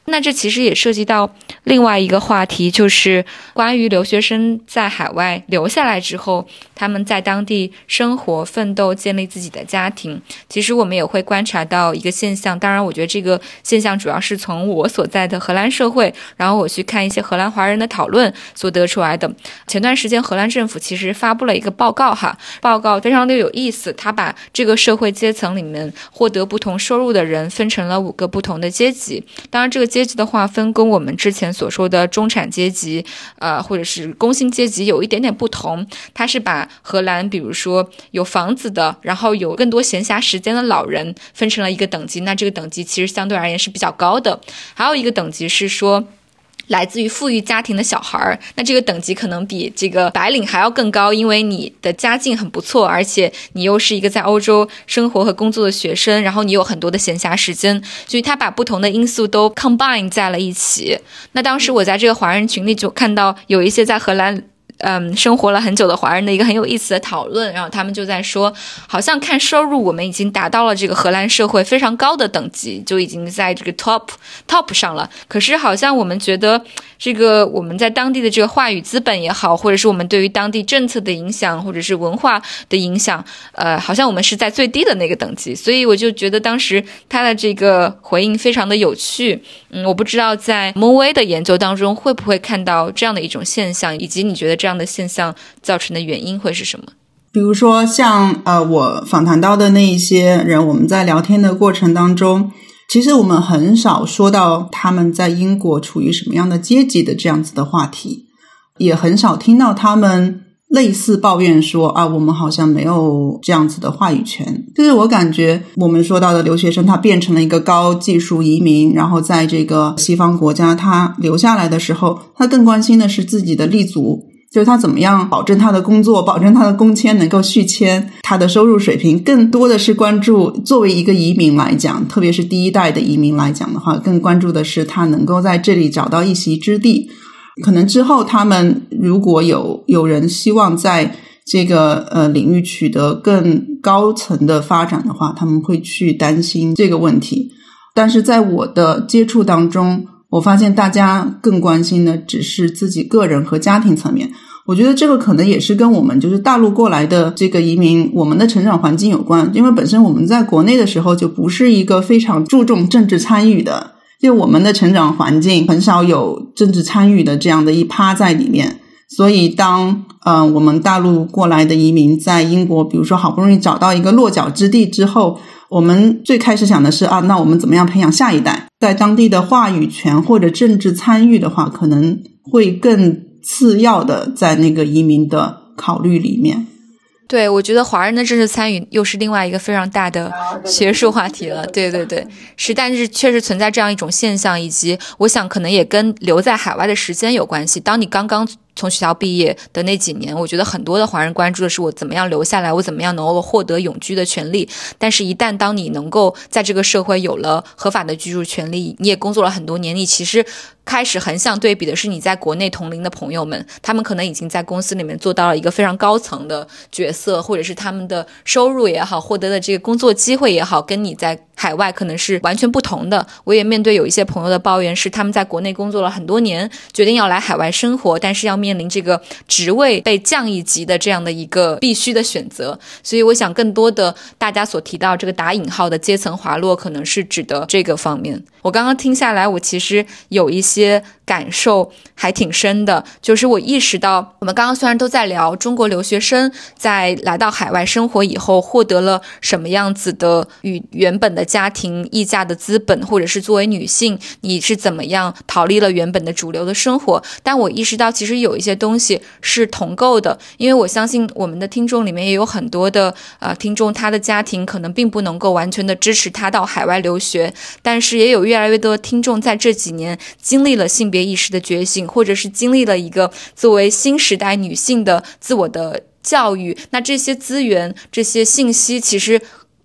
[SPEAKER 3] 那这其实也涉及到另外一个话题，就是关于留学生在海外留下来之后，他们在当地生活奋斗建立自己的家庭。其实我们也会观察到一个现象，当然我觉得这个现象主要是从我所在的荷兰社会，然后我去看一些荷兰华人的讨论所得出来的。前段时间荷兰政府其实发布了一个报告哈，报告非常的有意思，他把这个社会阶层里面获得不同收入的人分成了五个不同的阶级。当然这个阶级的划分跟我们之前所说的中产阶级呃，或者是工薪阶级有一点点不同，它是把荷兰比如说有房子的，然后有更多闲暇时间的老人分成了一个等级，那这个等级其实相对而言是比较高的。还有一个等级是说来自于富裕家庭的小孩，那这个等级可能比这个白领还要更高，因为你的家境很不错，而且你又是一个在欧洲生活和工作的学生，然后你有很多的闲暇时间，所以他把不同的因素都 combine 在了一起。那当时我在这个华人群里就看到有一些在荷兰嗯，生活了很久的华人的一个很有意思的讨论，然后他们就在说，好像看收入我们已经达到了这个荷兰社会非常高的等级，就已经在这个 top top 上了。可是好像我们觉得这个我们在当地的这个话语资本也好，或者是我们对于当地政策的影响，或者是文化的影响，呃，好像我们是在最低的那个等级。所以我就觉得当时他的这个回应非常的有趣。嗯，我不知道在蒙威的研究当中会不会看到这样的一种现象，以及你觉得这样的现象造成的原因会是什么？
[SPEAKER 1] 比如说像呃我访谈到的那一些人，我们在聊天的过程当中，其实我们很少说到他们在英国处于什么样的阶级的这样子的话题，也很少听到他们类似抱怨说啊，我们好像没有这样子的话语权。就是我感觉我们说到的留学生，他变成了一个高技术移民，然后在这个西方国家他留下来的时候，他更关心的是自己的立足，就是他怎么样保证他的工作，保证他的工签能够续签，他的收入水平，更多的是关注作为一个移民来讲，特别是第一代的移民来讲的话，更关注的是他能够在这里找到一席之地。可能之后他们如果有有人希望在这个呃领域取得更高层的发展的话，他们会去担心这个问题。但是在我的接触当中，我发现大家更关心的只是自己个人和家庭层面。我觉得这个可能也是跟我们就是大陆过来的这个移民，我们的成长环境有关。因为本身我们在国内的时候就不是一个非常注重政治参与的，就我们的成长环境很少有政治参与的这样的一趴在里面。所以当呃我们大陆过来的移民在英国比如说好不容易找到一个落脚之地之后，我们最开始想的是啊，那我们怎么样培养下一代，在当地的话语权或者政治参与的话，可能会更次要的在那个移民的考虑里面。
[SPEAKER 3] 对，我觉得华人的政治参与又是另外一个非常大的学术话题了。对对对，是，但是确实存在这样一种现象，以及我想可能也跟留在海外的时间有关系。当你刚刚从学校毕业的那几年，我觉得很多的华人关注的是我怎么样留下来，我怎么样能够获得永居的权利。但是一旦当你能够在这个社会有了合法的居住权利，你也工作了很多年，你其实开始横向对比的是你在国内同龄的朋友们，他们可能已经在公司里面做到了一个非常高层的角色，或者是他们的收入也好，获得的这个工作机会也好，跟你在海外可能是完全不同的。我也面对有一些朋友的抱怨是，他们在国内工作了很多年，决定要来海外生活，但是要面临这个职位被降一级的这样的一个必须的选择。所以我想更多的大家所提到这个打引号的阶层滑落，可能是指的这个方面。我刚刚听下来，我其实有一些感受还挺深的，就是我意识到我们刚刚虽然都在聊中国留学生在来到海外生活以后获得了什么样子的与原本的家庭溢价的资本，或者是作为女性你是怎么样逃离了原本的主流的生活，但我意识到其实有一些东西是同构的。因为我相信我们的听众里面也有很多的呃听众，他的家庭可能并不能够完全的支持他到海外留学，但是也有越来越多的听众在这几年经历了性别意识的觉醒，或者是经历了一个作为新时代女性的自我的教育。那这些资源这些信息其实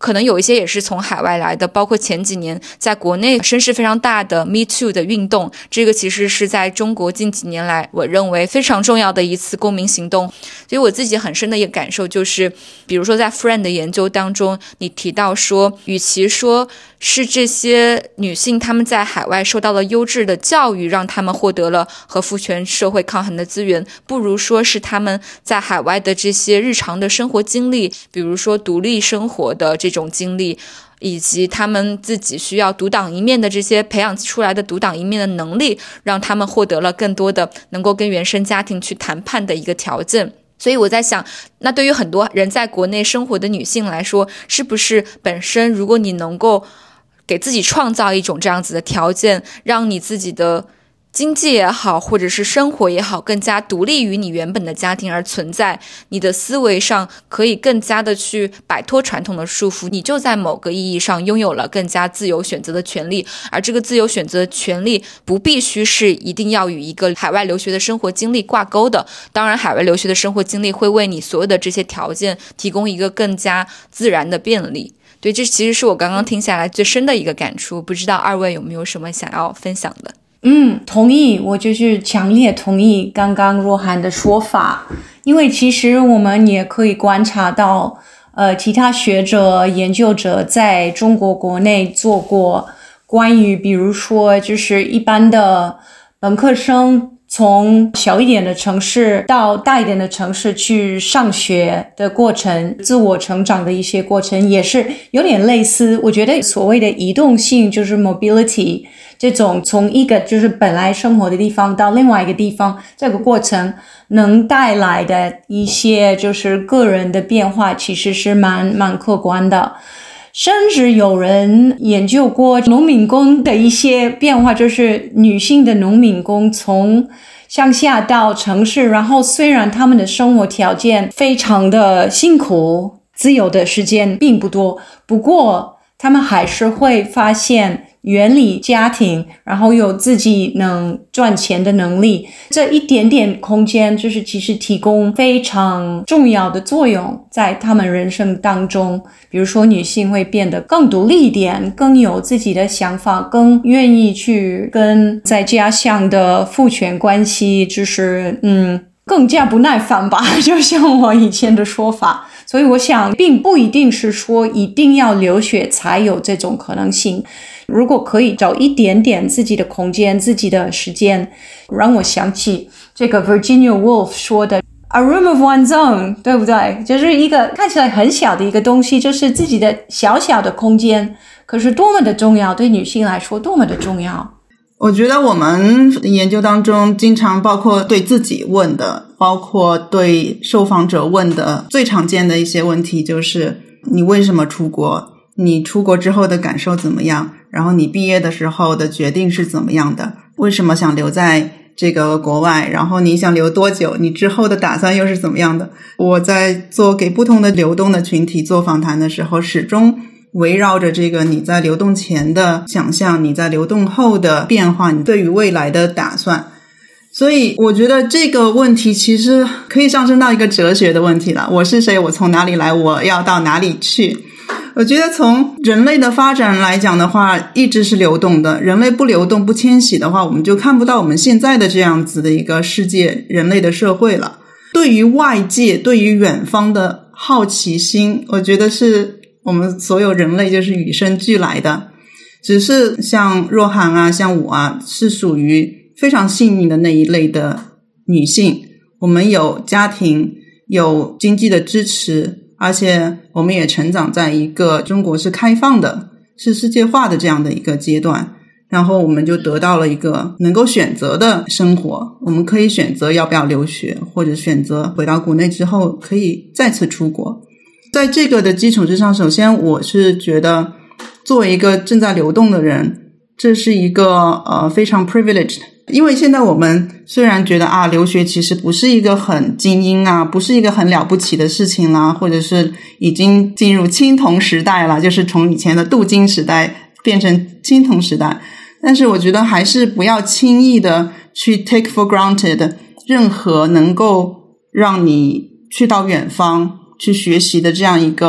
[SPEAKER 3] 可能有一些也是从海外来的，包括前几年在国内声势非常大的 Me Too 的运动，这个其实是在中国近几年来我认为非常重要的一次公民行动。所以我自己很深的一个感受就是，比如说在 Friend 的研究当中，你提到说，与其说是这些女性她们在海外受到了优质的教育，让她们获得了和父权社会抗衡的资源，不如说是她们在海外的这些日常的生活经历，比如说独立生活的这种经历，以及他们自己需要独当一面的这些培养出来的独当一面的能力，让他们获得了更多的能够跟原生家庭去谈判的一个条件。所以我在想，那对于很多人在国内生活的女性来说，是不是本身如果你能够给自己创造一种这样子的条件，让你自己的经济也好，或者是生活也好，更加独立于你原本的家庭而存在，你的思维上可以更加的去摆脱传统的束缚，你就在某个意义上拥有了更加自由选择的权利。而这个自由选择的权利不必须是一定要与一个海外留学的生活经历挂钩的，当然海外留学的生活经历会为你所有的这些条件提供一个更加自然的便利。对，这其实是我刚刚听下来最深的一个感触，不知道二位有没有什么想要分享的？
[SPEAKER 2] 嗯，同意，我就是强烈同意刚刚若涵的说法，因为其实我们也可以观察到，呃，其他学者、研究者在中国国内做过关于，比如说，就是一般的本科生从小一点的城市到大一点的城市去上学的过程，自我成长的一些过程，也是有点类似。我觉得所谓的移动性就是 mobility。这种从一个就是本来生活的地方到另外一个地方，这个过程能带来的一些就是个人的变化，其实是蛮蛮客观的。甚至有人研究过农民工的一些变化，就是女性的农民工从乡下到城市，然后虽然他们的生活条件非常的辛苦，自由的时间并不多，不过他们还是会发现原理家庭，然后有自己能赚钱的能力，这一点点空间就是其实提供非常重要的作用在他们人生当中。比如说女性会变得更独立一点，更有自己的想法，更愿意去跟在家乡的父权关系就是嗯更加不耐烦吧，就像我以前的说法。所以我想并不一定是说一定要留学才有这种可能性，如果可以找一点点自己的空间，自己的时间，让我想起这个 Virginia Woolf 说的 A room of one's own， 对不对？就是一个看起来很小的一个东西，就是自己的小小的空间，可是多么的重要，对女性来说多么的重要。
[SPEAKER 1] 我觉得我们研究当中经常包括对自己问的，包括对受访者问的，最常见的一些问题就是你为什么出国，你出国之后的感受怎么样，然后你毕业的时候的决定是怎么样的，为什么想留在这个国外，然后你想留多久，你之后的打算又是怎么样的。我在做给不同的流动的群体做访谈的时候，始终围绕着这个你在流动前的想象，你在流动后的变化，你对于未来的打算。所以我觉得这个问题其实可以上升到一个哲学的问题了，我是谁，我从哪里来，我要到哪里去。我觉得从人类的发展来讲的话，一直是流动的，人类不流动不迁徙的话，我们就看不到我们现在的这样子的一个世界，人类的社会了。对于外界，对于远方的好奇心，我觉得是我们所有人类就是与生俱来的，只是像若涵啊，像我啊，是属于非常幸运的那一类的女性，我们有家庭，有经济的支持，而且我们也成长在一个中国是开放的，是世界化的这样的一个阶段，然后我们就得到了一个能够选择的生活，我们可以选择要不要留学，或者选择回到国内之后可以再次出国。在这个的基础之上，首先我是觉得作为一个正在流动的人，这是一个呃非常 privileged， 因为现在我们虽然觉得啊留学其实不是一个很精英啊，不是一个很了不起的事情啦，或者是已经进入青铜时代了，就是从以前的镀金时代变成青铜时代，但是我觉得还是不要轻易的去 take for granted 任何能够让你去到远方去学习的这样一个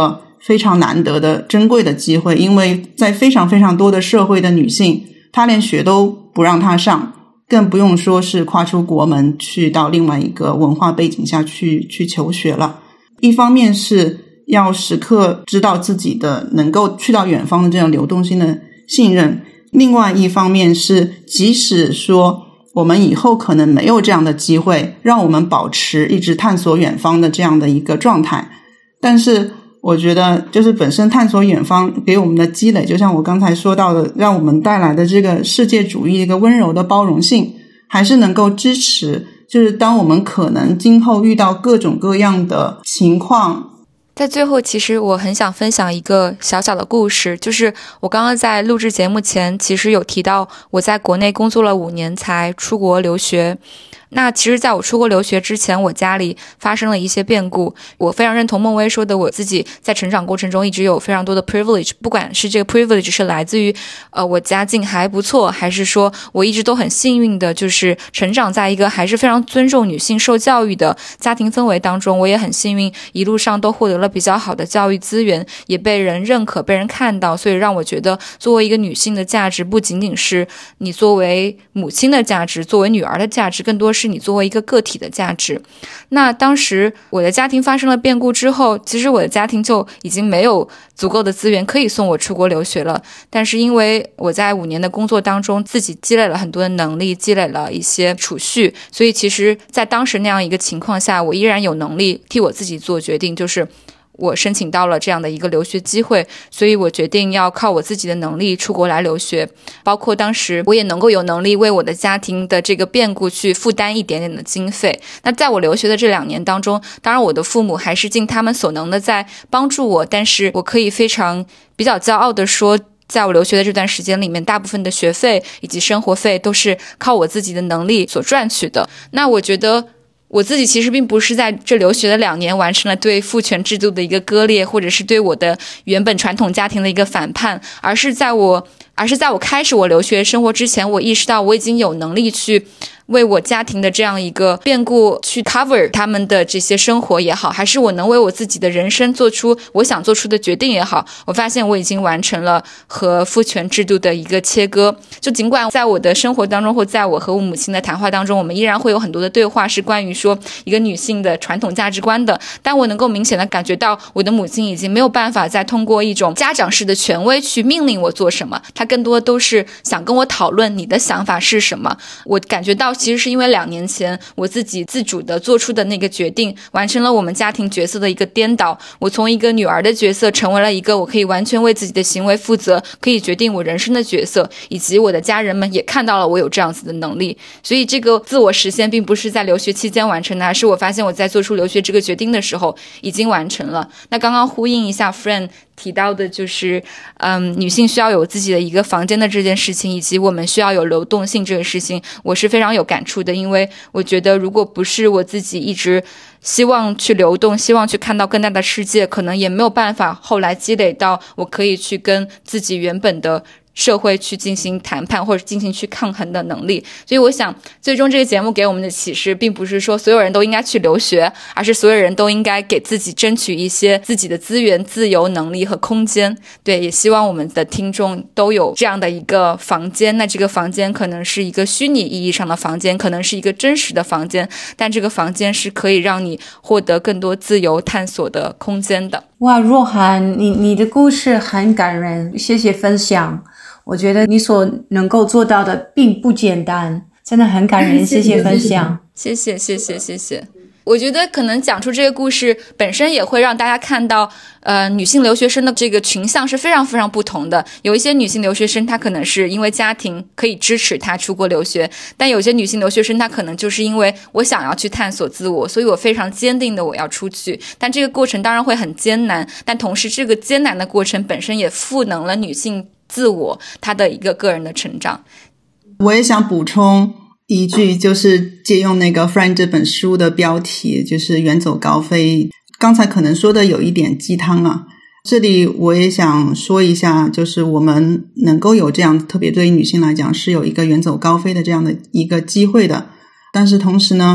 [SPEAKER 1] 非常难得的珍贵的机会，因为在非常非常多的社会的女性，她连学都不让她上，更不用说是跨出国门去到另外一个文化背景下去去求学了。一方面是要时刻知道自己的能够去到远方的这样流动性的信任，另外一方面是即使说我们以后可能没有这样的机会，让我们保持一直探索远方的这样的一个状态，但是我觉得就是本身探索远方给我们的积累，就像我刚才说到的，让我们带来的这个世界主义一个温柔的包容性，还是能够支持就是当我们可能今后遇到各种各样的情况。
[SPEAKER 3] 在最后，其实我很想分享一个小小的故事，就是我刚刚在录制节目前其实有提到我在国内工作了五年才出国留学。那其实在我出国留学之前，我家里发生了一些变故。我非常认同孟薇说的，我自己在成长过程中一直有非常多的 privilege， 不管是这个 privilege 是来自于呃我家境还不错，还是说我一直都很幸运的就是成长在一个还是非常尊重女性受教育的家庭氛围当中。我也很幸运一路上都获得了比较好的教育资源，也被人认可被人看到，所以让我觉得作为一个女性的价值不仅仅是你作为母亲的价值，作为女儿的价值，更多是你作为一个个体的价值。那当时我的家庭发生了变故之后，其实我的家庭就已经没有足够的资源可以送我出国留学了，但是因为我在五年的工作当中自己积累了很多的能力，积累了一些储蓄，所以其实在当时那样一个情况下，我依然有能力替我自己做决定，就是我申请到了这样的一个留学机会，所以我决定要靠我自己的能力出国来留学。包括当时我也能够有能力为我的家庭的这个变故去负担一点点的经费。那在我留学的这两年当中，当然我的父母还是尽他们所能的在帮助我，但是我可以非常比较骄傲的说，在我留学的这段时间里面，大部分的学费以及生活费都是靠我自己的能力所赚取的。那我觉得我自己其实并不是在这留学的两年完成了对父权制度的一个割裂，或者是对我的原本传统家庭的一个反叛，而是在我而是在我开始我留学生活之前，我意识到我已经有能力去为我家庭的这样一个变故去 cover 他们的这些生活也好，还是我能为我自己的人生做出我想做出的决定也好，我发现我已经完成了和父权制度的一个切割。就尽管在我的生活当中，或在我和我母亲的谈话当中，我们依然会有很多的对话是关于说一个女性的传统价值观的，但我能够明显的感觉到我的母亲已经没有办法再通过一种家长式的权威去命令我做什么，她更多都是想跟我讨论你的想法是什么。我感觉到其实是因为两年前我自己自主的做出的那个决定，完成了我们家庭角色的一个颠倒，我从一个女儿的角色成为了一个我可以完全为自己的行为负责，可以决定我人生的角色，以及我的家人们也看到了我有这样子的能力。所以这个自我实现并不是在留学期间完成的，而是我发现我在做出留学这个决定的时候已经完成了。那刚刚呼应一下 Fran 提到的就是嗯，女性需要有自己的一个房间的这件事情，以及我们需要有流动性这个事情，我是非常有感触的。因为我觉得如果不是我自己一直希望去流动，希望去看到更大的世界，可能也没有办法后来积累到我可以去跟自己原本的社会去进行谈判或者进行去抗衡的能力。所以我想最终这个节目给我们的启示并不是说所有人都应该去留学，而是所有人都应该给自己争取一些自己的资源、自由、能力和空间。对，也希望我们的听众都有这样的一个房间，那这个房间可能是一个虚拟意义上的房间，可能是一个真实的房间，但这个房间是可以让你获得更多自由探索的空间的。
[SPEAKER 2] 哇，若涵，你你的故事很感人，谢谢分享。我觉得你所能够做到的并不简单，真的很感人，谢谢分享。
[SPEAKER 3] 谢谢谢谢谢谢。我觉得可能讲出这个故事本身也会让大家看到呃，女性留学生的这个群像是非常非常不同的。有一些女性留学生她可能是因为家庭可以支持她出国留学，但有些女性留学生她可能就是因为我想要去探索自我，所以我非常坚定的我要出去，但这个过程当然会很艰难，但同时这个艰难的过程本身也赋能了女性自我她的一个个人的成长。
[SPEAKER 1] 我也想补充一句，就是借用那个 Fran 这本书的标题，就是远走高飞。刚才可能说的有一点鸡汤啊，这里我也想说一下，就是我们能够有这样，特别对于女性来讲是有一个远走高飞的这样的一个机会的，但是同时呢，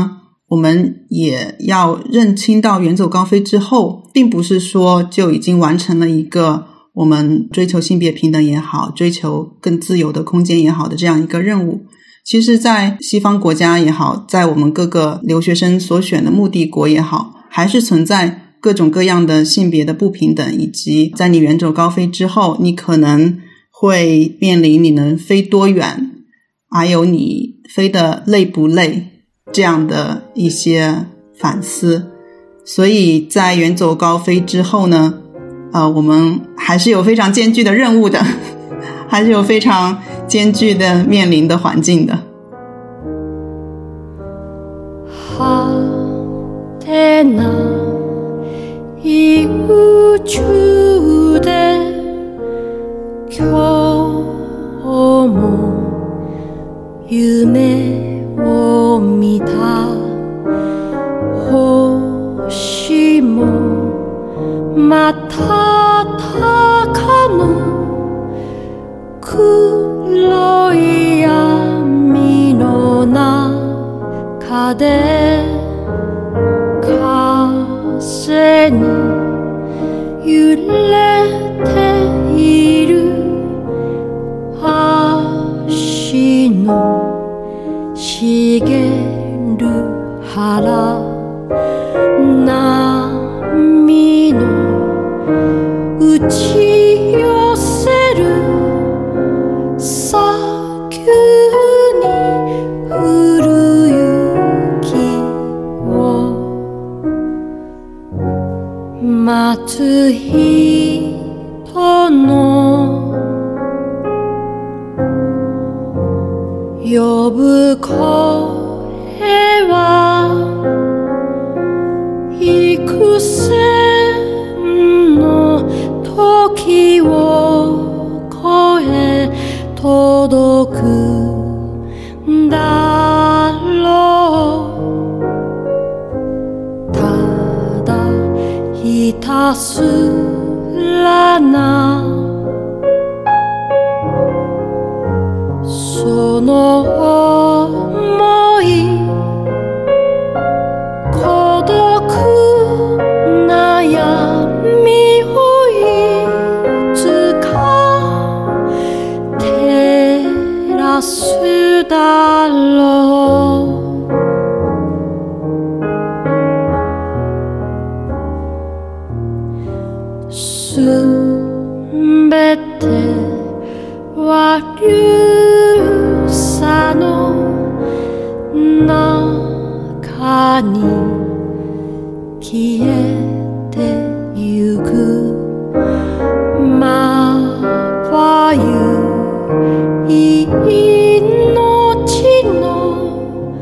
[SPEAKER 1] 我们也要认清到远走高飞之后，并不是说就已经完成了一个我们追求性别平等也好，追求更自由的空间也好的这样一个任务。其实在西方国家也好，在我们各个留学生所选的目的国也好，还是存在各种各样的性别的不平等，以及在你远走高飞之后，你可能会面临你能飞多远，还有你飞得累不累这样的一些反思。所以在远走高飞之后呢，呃，我们还是有非常艰巨的任务的，还是有非常艰巨的面临的环境的。
[SPEAKER 5] 果てない宇宙で今日も夢を見た星も瞬かぬ黒い闇の中で風に揺れている足の茂る腹波の打ち寄せる砂丘に降る雪を待つ人の呼ぶ声は幾千の時を越え届くんだろう。ただひたすらなその想い孤独悩みをいつか照らすだろう。すべては流砂の中に消えてゆくまばゆい命の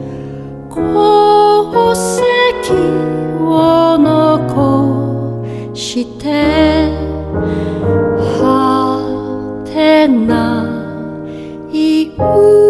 [SPEAKER 5] 功績を残して果てない